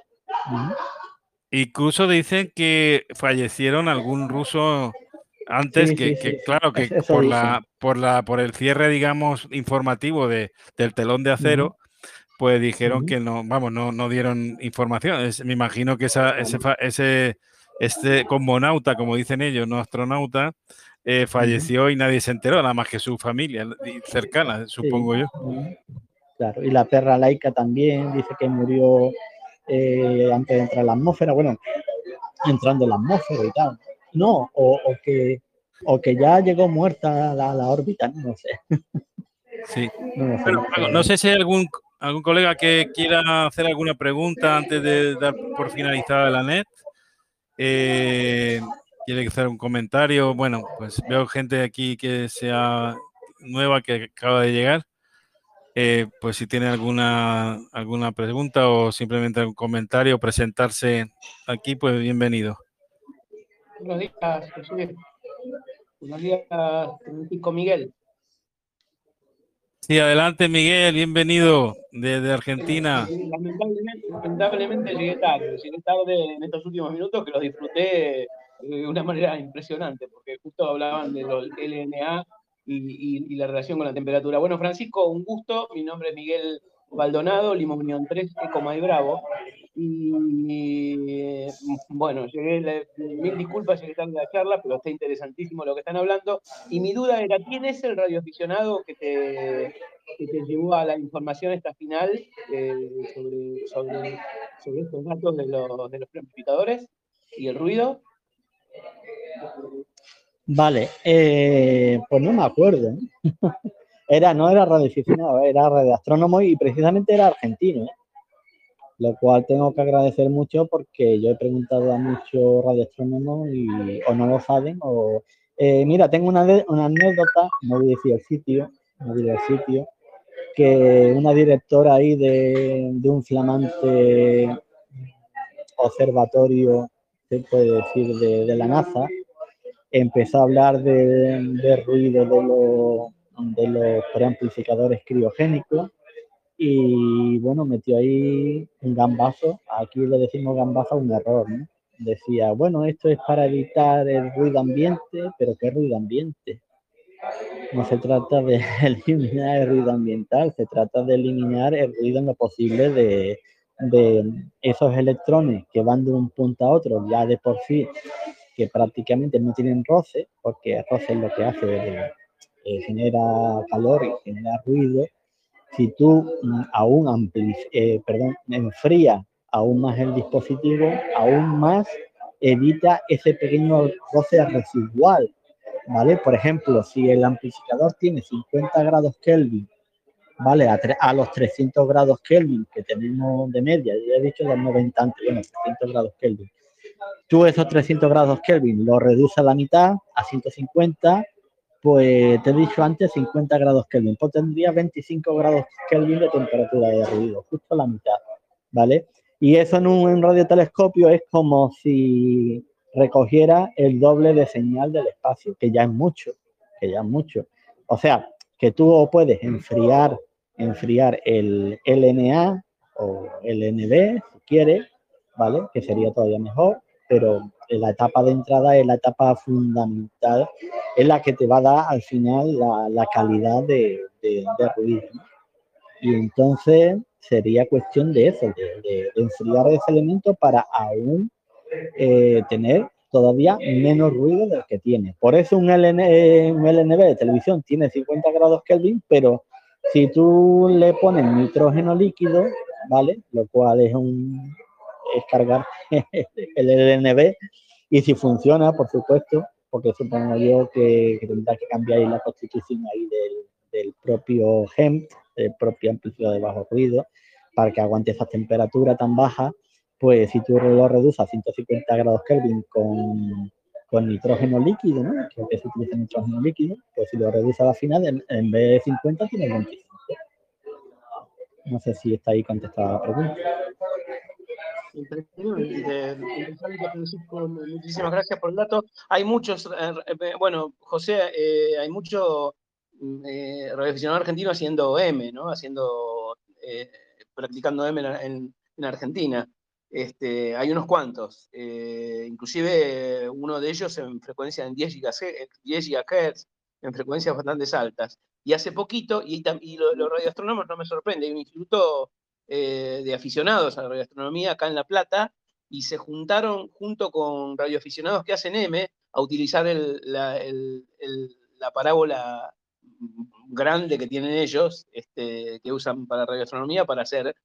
incluso dicen que fallecieron algún ruso antes Sí, sí, sí, sí. claro, que Eso dicen. por el cierre, digamos, informativo del telón de acero, pues dijeron que no, vamos, no dieron información. Me imagino que este cosmonauta, como dicen ellos, no astronauta, falleció y nadie se enteró, nada más que su familia cercana, Sí. supongo yo. Claro, y la perra laica también dice que murió antes de entrar en la atmósfera, bueno, entrando en la atmósfera y tal. No, o que ya llegó muerta a la órbita, no sé. Sí. No sé, Bueno, Paco, no sé si hay algún colega que quiera hacer alguna pregunta antes de dar por finalizada la net. ¿Quiere hacer un comentario? Bueno, pues veo gente aquí que sea nueva, que acaba de llegar. Pues si tiene alguna pregunta o simplemente algún comentario, presentarse aquí, pues bienvenido. Buenos días, José. Buenos días, Francisco Miguel. Sí, adelante Miguel, bienvenido desde Argentina. Lamentablemente llegué tarde en estos últimos minutos que los disfruté de una manera impresionante, porque justo hablaban de los LNA y la relación con la temperatura. Bueno, Francisco, un gusto. Mi nombre es Miguel Baldonado, Lima Unión 3, Eco May Bravo. Y bueno, mil disculpas, llegué tarde a la charla, pero está interesantísimo lo que están hablando. Y mi duda era, ¿quién es el radioaficionado que te llevó a la información esta final sobre estos datos de los preamplificadores y el ruido? Vale, pues no me acuerdo, ¿eh? No era radioaficionado, era radioastrónomo y precisamente era argentino, ¿eh? Lo cual tengo que agradecer mucho porque yo he preguntado a muchos radioastrónomos y o no lo saben o... mira, tengo una anécdota, no voy a decir el sitio, no diré el sitio, que una directora ahí de un flamante observatorio, se puede decir, de la NASA, empezó a hablar de ruido de los preamplificadores criogénicos y bueno, metió ahí un gambazo, aquí le decimos gambazo a un error, ¿no? Decía, bueno, esto es para evitar el ruido ambiente, pero ¿qué ruido ambiente? No se trata de eliminar el ruido ambiental, se trata de eliminar el ruido en lo posible de esos electrones que van de un punto a otro, ya de por sí, que prácticamente no tienen roce, porque el roce es lo que hace, genera calor y genera ruido. Si tú aún enfrías aún más el dispositivo, aún más evita ese pequeño roce residual, ¿vale? Por ejemplo, si el amplificador tiene 50 grados Kelvin, ¿vale? A los 300 grados Kelvin que tenemos de media, yo he dicho los 90 antes, bueno, 300 grados Kelvin. Tú esos 300 grados Kelvin los reduces a la mitad, a 150, pues te he dicho antes 50 grados Kelvin, pues tendría 25 grados Kelvin de temperatura de ruido, justo la mitad, ¿vale? Y eso en un radiotelescopio es como si recogiera el doble de señal del espacio, que ya es mucho, que ya es mucho. O sea, que tú puedes enfriar el LNA o el NB, si quieres, ¿vale? Que sería todavía mejor, pero la etapa de entrada es la etapa fundamental, es la que te va a dar al final la calidad de ruido, ¿no? Y entonces sería cuestión de eso, de enfriar ese elemento para aún tener todavía menos ruido del que tiene. Por eso un LNB de televisión tiene 50 grados Kelvin, pero si tú le pones nitrógeno líquido, ¿vale? Lo cual es cargar el LNB, y si funciona, por supuesto, porque supongo yo que tendrá que cambiar la constitución ahí del propio GEM, del propio amplificador de bajo ruido, para que aguante esa temperatura tan baja. Pues si tú lo reduces a 150 grados Kelvin con nitrógeno líquido, ¿no? Que se utiliza nitrógeno líquido, pues si lo reduces a la final, en vez de 50 tienes 25. No sé si está ahí contestada la pregunta. Impresionante, Francisco. Muchísimas gracias por el dato. Hay muchos, bueno, José, hay mucho radioaficionado argentino haciendo M, ¿no? Practicando M en Argentina. Hay unos cuantos, inclusive uno de ellos en frecuencia en 10 GHz, en frecuencias bastante altas. Y hace poquito, y los radioastrónomos no me sorprende, hay un instituto de aficionados a la radioastronomía acá en La Plata, y se juntaron junto con radioaficionados que hacen M a utilizar la parábola grande que tienen ellos, que usan para radioastronomía para hacer,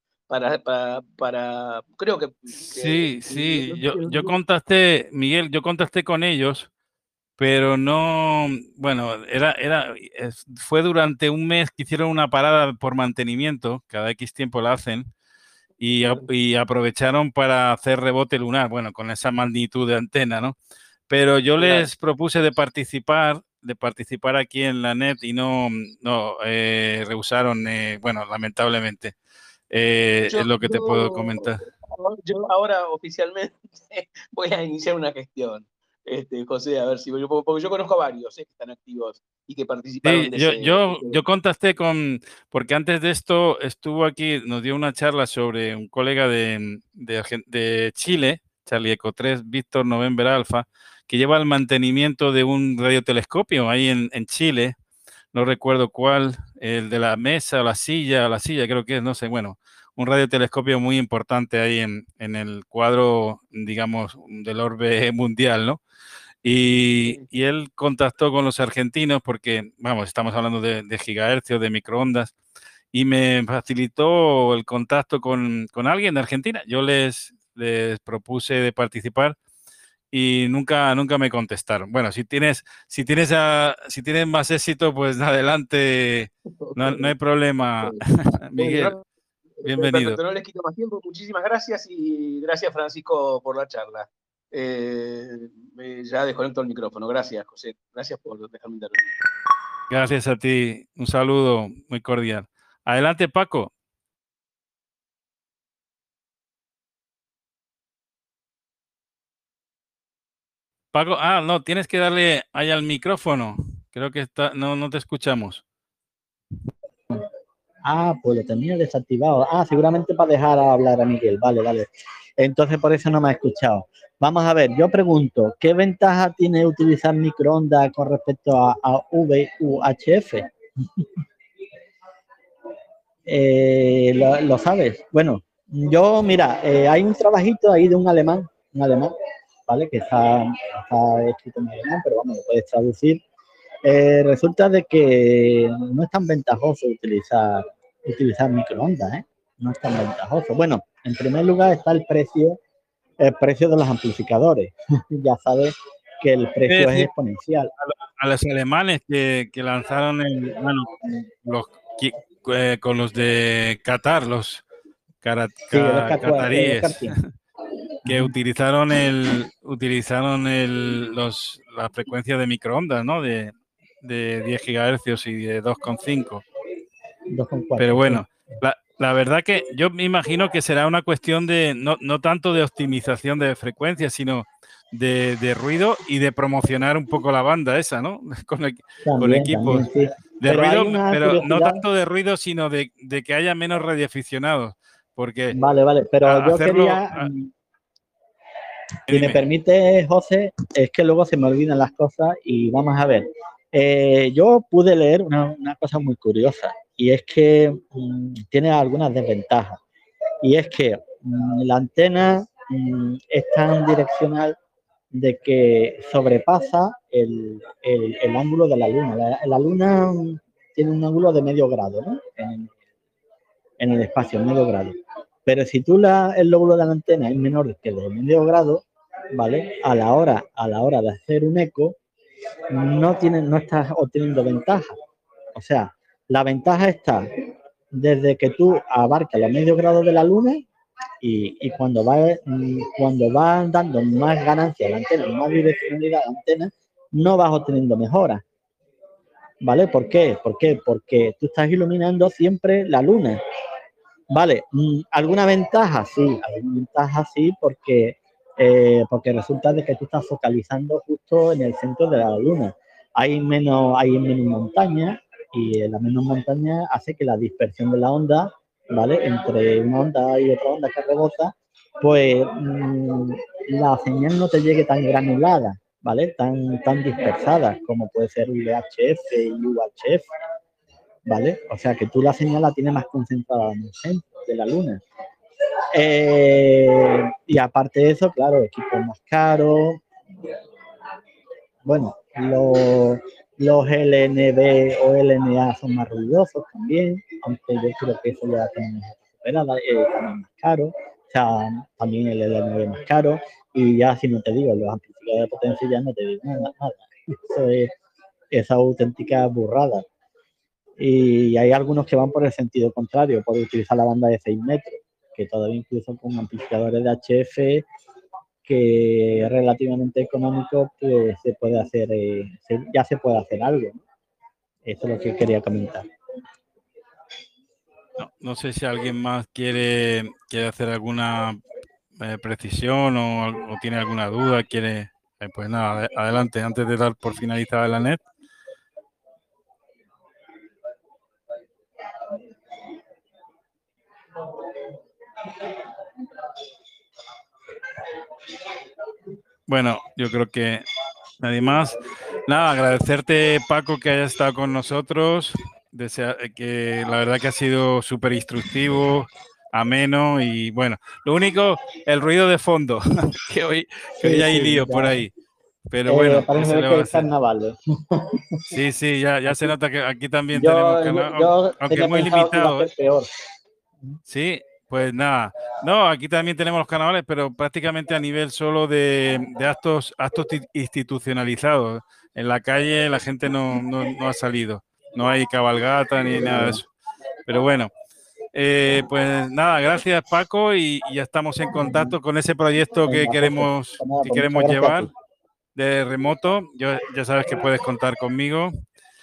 creo que... Sí, sí, yo contacté, Miguel, yo contacté con ellos, pero no, bueno, fue durante un mes que hicieron una parada por mantenimiento, cada X tiempo la hacen, y aprovecharon para hacer rebote lunar, bueno, con esa magnitud de antena, ¿no? Pero yo les propuse de participar aquí en la net y no rehusaron, bueno, lamentablemente. Es lo que te puedo comentar. Yo ahora oficialmente voy a iniciar una gestión, José, a ver si porque yo conozco a varios que están activos y que participaron Sí, de ese. yo contacté porque antes de esto estuvo aquí, nos dio una charla sobre un colega de Chile, Charlie Eco 3, Víctor November Alpha, que lleva el mantenimiento de un radiotelescopio ahí en Chile, no recuerdo cuál, el de la mesa o la silla creo que es, no sé, bueno, un radiotelescopio muy importante ahí en el cuadro, digamos, del orbe mundial, ¿no? Y él contactó con los argentinos porque, vamos, estamos hablando de gigahercios, de microondas, y me facilitó el contacto con alguien de Argentina. Yo les propuse de participar y nunca me contestaron. Bueno, si tienes más éxito, pues adelante, no hay problema, Miguel. Bienvenido. Perfecto, no les quito más tiempo. Muchísimas gracias y gracias, Francisco, por la charla. Ya desconecto el micrófono. Gracias, José. Gracias por dejarme intervenir. Gracias a ti. Un saludo muy cordial. Adelante, Paco. Paco, no, tienes que darle ahí al micrófono. Creo que no te escuchamos. Pues lo tenía desactivado. Seguramente para dejar hablar a Miguel. Vale, vale. Entonces por eso no me ha escuchado. Vamos a ver, yo pregunto, ¿qué ventaja tiene utilizar microondas con respecto a VUHF? ¿Lo sabes? Bueno, yo, mira, hay un trabajito ahí de un alemán, ¿vale? Que está escrito en alemán, pero vamos, lo puedes traducir. Resulta de que no es tan ventajoso utilizar microondas, ¿eh? No es tan ventajoso. Bueno, en primer lugar está el precio de los amplificadores. Ya sabes que el precio es exponencial. A los alemanes que lanzaron con los de Qatar, los cataríes, que utilizaron la frecuencia de microondas, ¿no? De 10 gigahercios y de 2,5. 2,4. Pero bueno, la verdad que yo me imagino que será una cuestión de no tanto de optimización de frecuencia, sino de ruido y de promocionar un poco la banda esa, ¿no? Con equipos también, sí. de ruido, pero no tanto de ruido, sino de que haya menos radioaficionados. Porque vale, pero yo quería... Si me permite, José, es que luego se me olvidan las cosas y vamos a ver. Yo pude leer una cosa muy curiosa y es que tiene algunas desventajas. Y es que la antena es tan direccional de que sobrepasa el ángulo de la luna. La luna tiene un ángulo de medio grado, ¿no? En el espacio, medio grado. Pero si el lóbulo de la antena es menor que el de medio grado, ¿vale? A la hora de hacer un eco, no estás obteniendo ventaja. O sea, la ventaja está desde que tú abarcas los medios grados de la luna y cuando va dando más ganancia a la antena, más direccionalidad a la antena, no vas obteniendo mejoras. ¿Vale? ¿Por qué? Porque tú estás iluminando siempre la luna. Vale, ¿alguna ventaja? Sí, porque resulta de que tú estás focalizando justo en el centro de la luna. Hay menos montaña y la menos montaña hace que la dispersión de la onda, ¿vale? Entre una onda y otra onda que rebota, pues la señal no te llegue tan granulada, ¿vale? Tan dispersada como puede ser VHF y UHF. ¿Vale? O sea que tú la señal la tienes más concentrada en el centro de la luna. Y aparte de eso, claro, equipos más caros. Bueno, los LNB o LNA son más ruidosos también, aunque yo creo que eso ya también es superada, también más caro. O sea, también el LNB más caro. Y ya, si no te digo, los amplificadores de potencia ya no te digo nada. Eso es auténtica burrada. Y hay algunos que van por el sentido contrario, por utilizar la banda de 6 metros, que todavía incluso con amplificadores de HF, que es relativamente económico, pues se puede hacer, ya se puede hacer algo, ¿no? Eso es lo que quería comentar. No sé si alguien más quiere hacer alguna precisión o tiene alguna duda, pues nada, adelante, antes de dar por finalizada la net. Bueno, yo creo que nadie más. Nada, agradecerte, Paco, que hayas estado con nosotros. Que la verdad que ha sido súper instructivo, ameno y bueno, lo único, el ruido de fondo, que hoy hay lío por ahí. Pero bueno, parece que es carnaval. Sí, ya se nota que aquí también tenemos carnaval, aunque es muy limitado. Peor. Sí, pues nada. No, aquí también tenemos los carnavales, pero prácticamente a nivel solo de actos institucionalizados. En la calle la gente no ha salido. No hay cabalgata ni nada de eso. Pero bueno, pues nada, gracias Paco y ya estamos en contacto con ese proyecto que queremos llevar de remoto. Ya sabes que puedes contar conmigo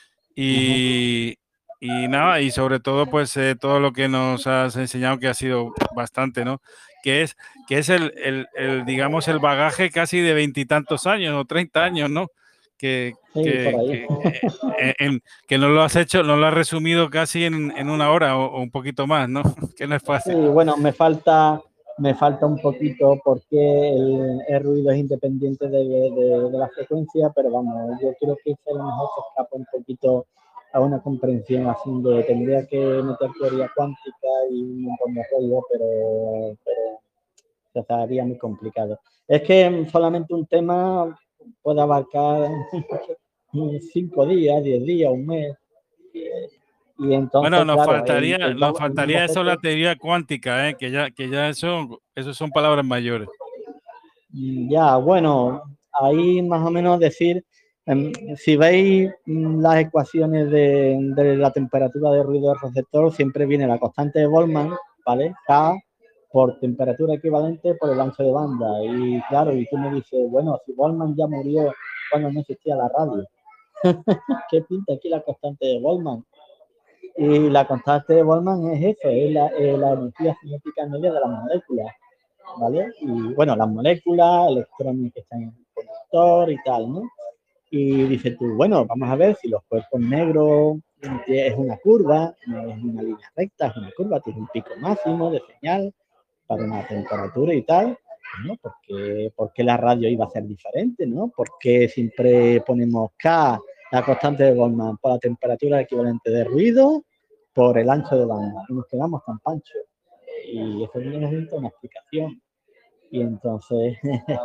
y nada, y sobre todo pues todo lo que nos has enseñado, que ha sido bastante, ¿no? que es digamos, el bagaje casi de 20 y tantos años o 30 años, ¿no? Sí, por ahí. Que no lo has hecho, no lo has resumido casi en una hora o un poquito más, ¿no? Que no es Sí, fácil. bueno, me falta un poquito porque el ruido es independiente de la frecuencia, pero vamos, yo creo que a lo mejor se escapa un poquito a una comprensión así de tendría que meter teoría cuántica y un montón de rollo, pero se haría muy complicado. Es que solamente un tema puede abarcar 5 días, 10 días, un mes. Y entonces, Bueno, nos claro, faltaría eso, la teoría cuántica, que ya eso son palabras mayores. Ya, bueno, ahí más o menos decir, si veis las ecuaciones de la temperatura de ruido del receptor, siempre viene la constante de Boltzmann, ¿vale? K por temperatura equivalente por el ancho de banda. Y claro, y tú me dices, bueno, si Boltzmann ya murió cuando no existía la radio, ¿qué pinta aquí la constante de Boltzmann? Y la constante de Boltzmann es eso, es la energía cinética media de las moléculas, ¿vale? Y bueno, las moléculas, electrones que están en el conductor y tal, ¿no? Y dices tú, bueno, vamos a ver si los cuerpos negros es una curva, no es una línea recta, es una curva, tiene un pico máximo de señal para una temperatura y tal. ¿No? ¿Por qué la radio iba a ser diferente? ¿No? ¿Por qué siempre ponemos K, la constante de Boltzmann, por la temperatura equivalente de ruido, por el ancho de banda? Y nos quedamos tan panchos. Y eso necesita una explicación. Y entonces,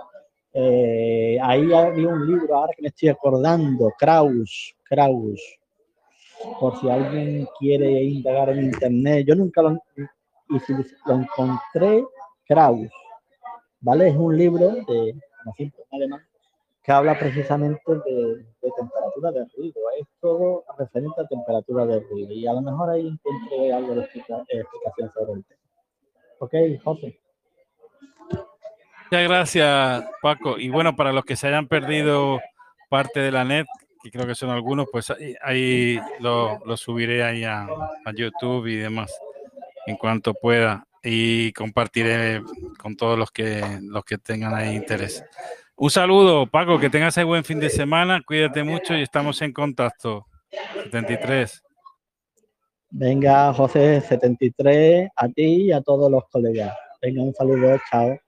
ahí había un libro, ahora que me estoy acordando, Krauss, por si alguien quiere indagar en internet. Yo nunca lo encontré, Krauss, ¿vale? Es un libro de, como siempre, en alemán, que habla precisamente de temperatura de ruido. Es todo referente a temperatura de ruido. Y a lo mejor ahí encontré algo de explicación sobre el tema. Ok, José. Muchas gracias, Paco. Y bueno, para los que se hayan perdido parte de la net, que creo que son algunos, pues ahí lo subiré ahí a YouTube y demás en cuanto pueda, y compartiré con todos los que tengan ahí interés. Un saludo, Paco, que tengas un buen fin de semana, cuídate mucho y estamos en contacto. 73. Venga, José, 73, a ti y a todos los colegas. Venga, un saludo, chao.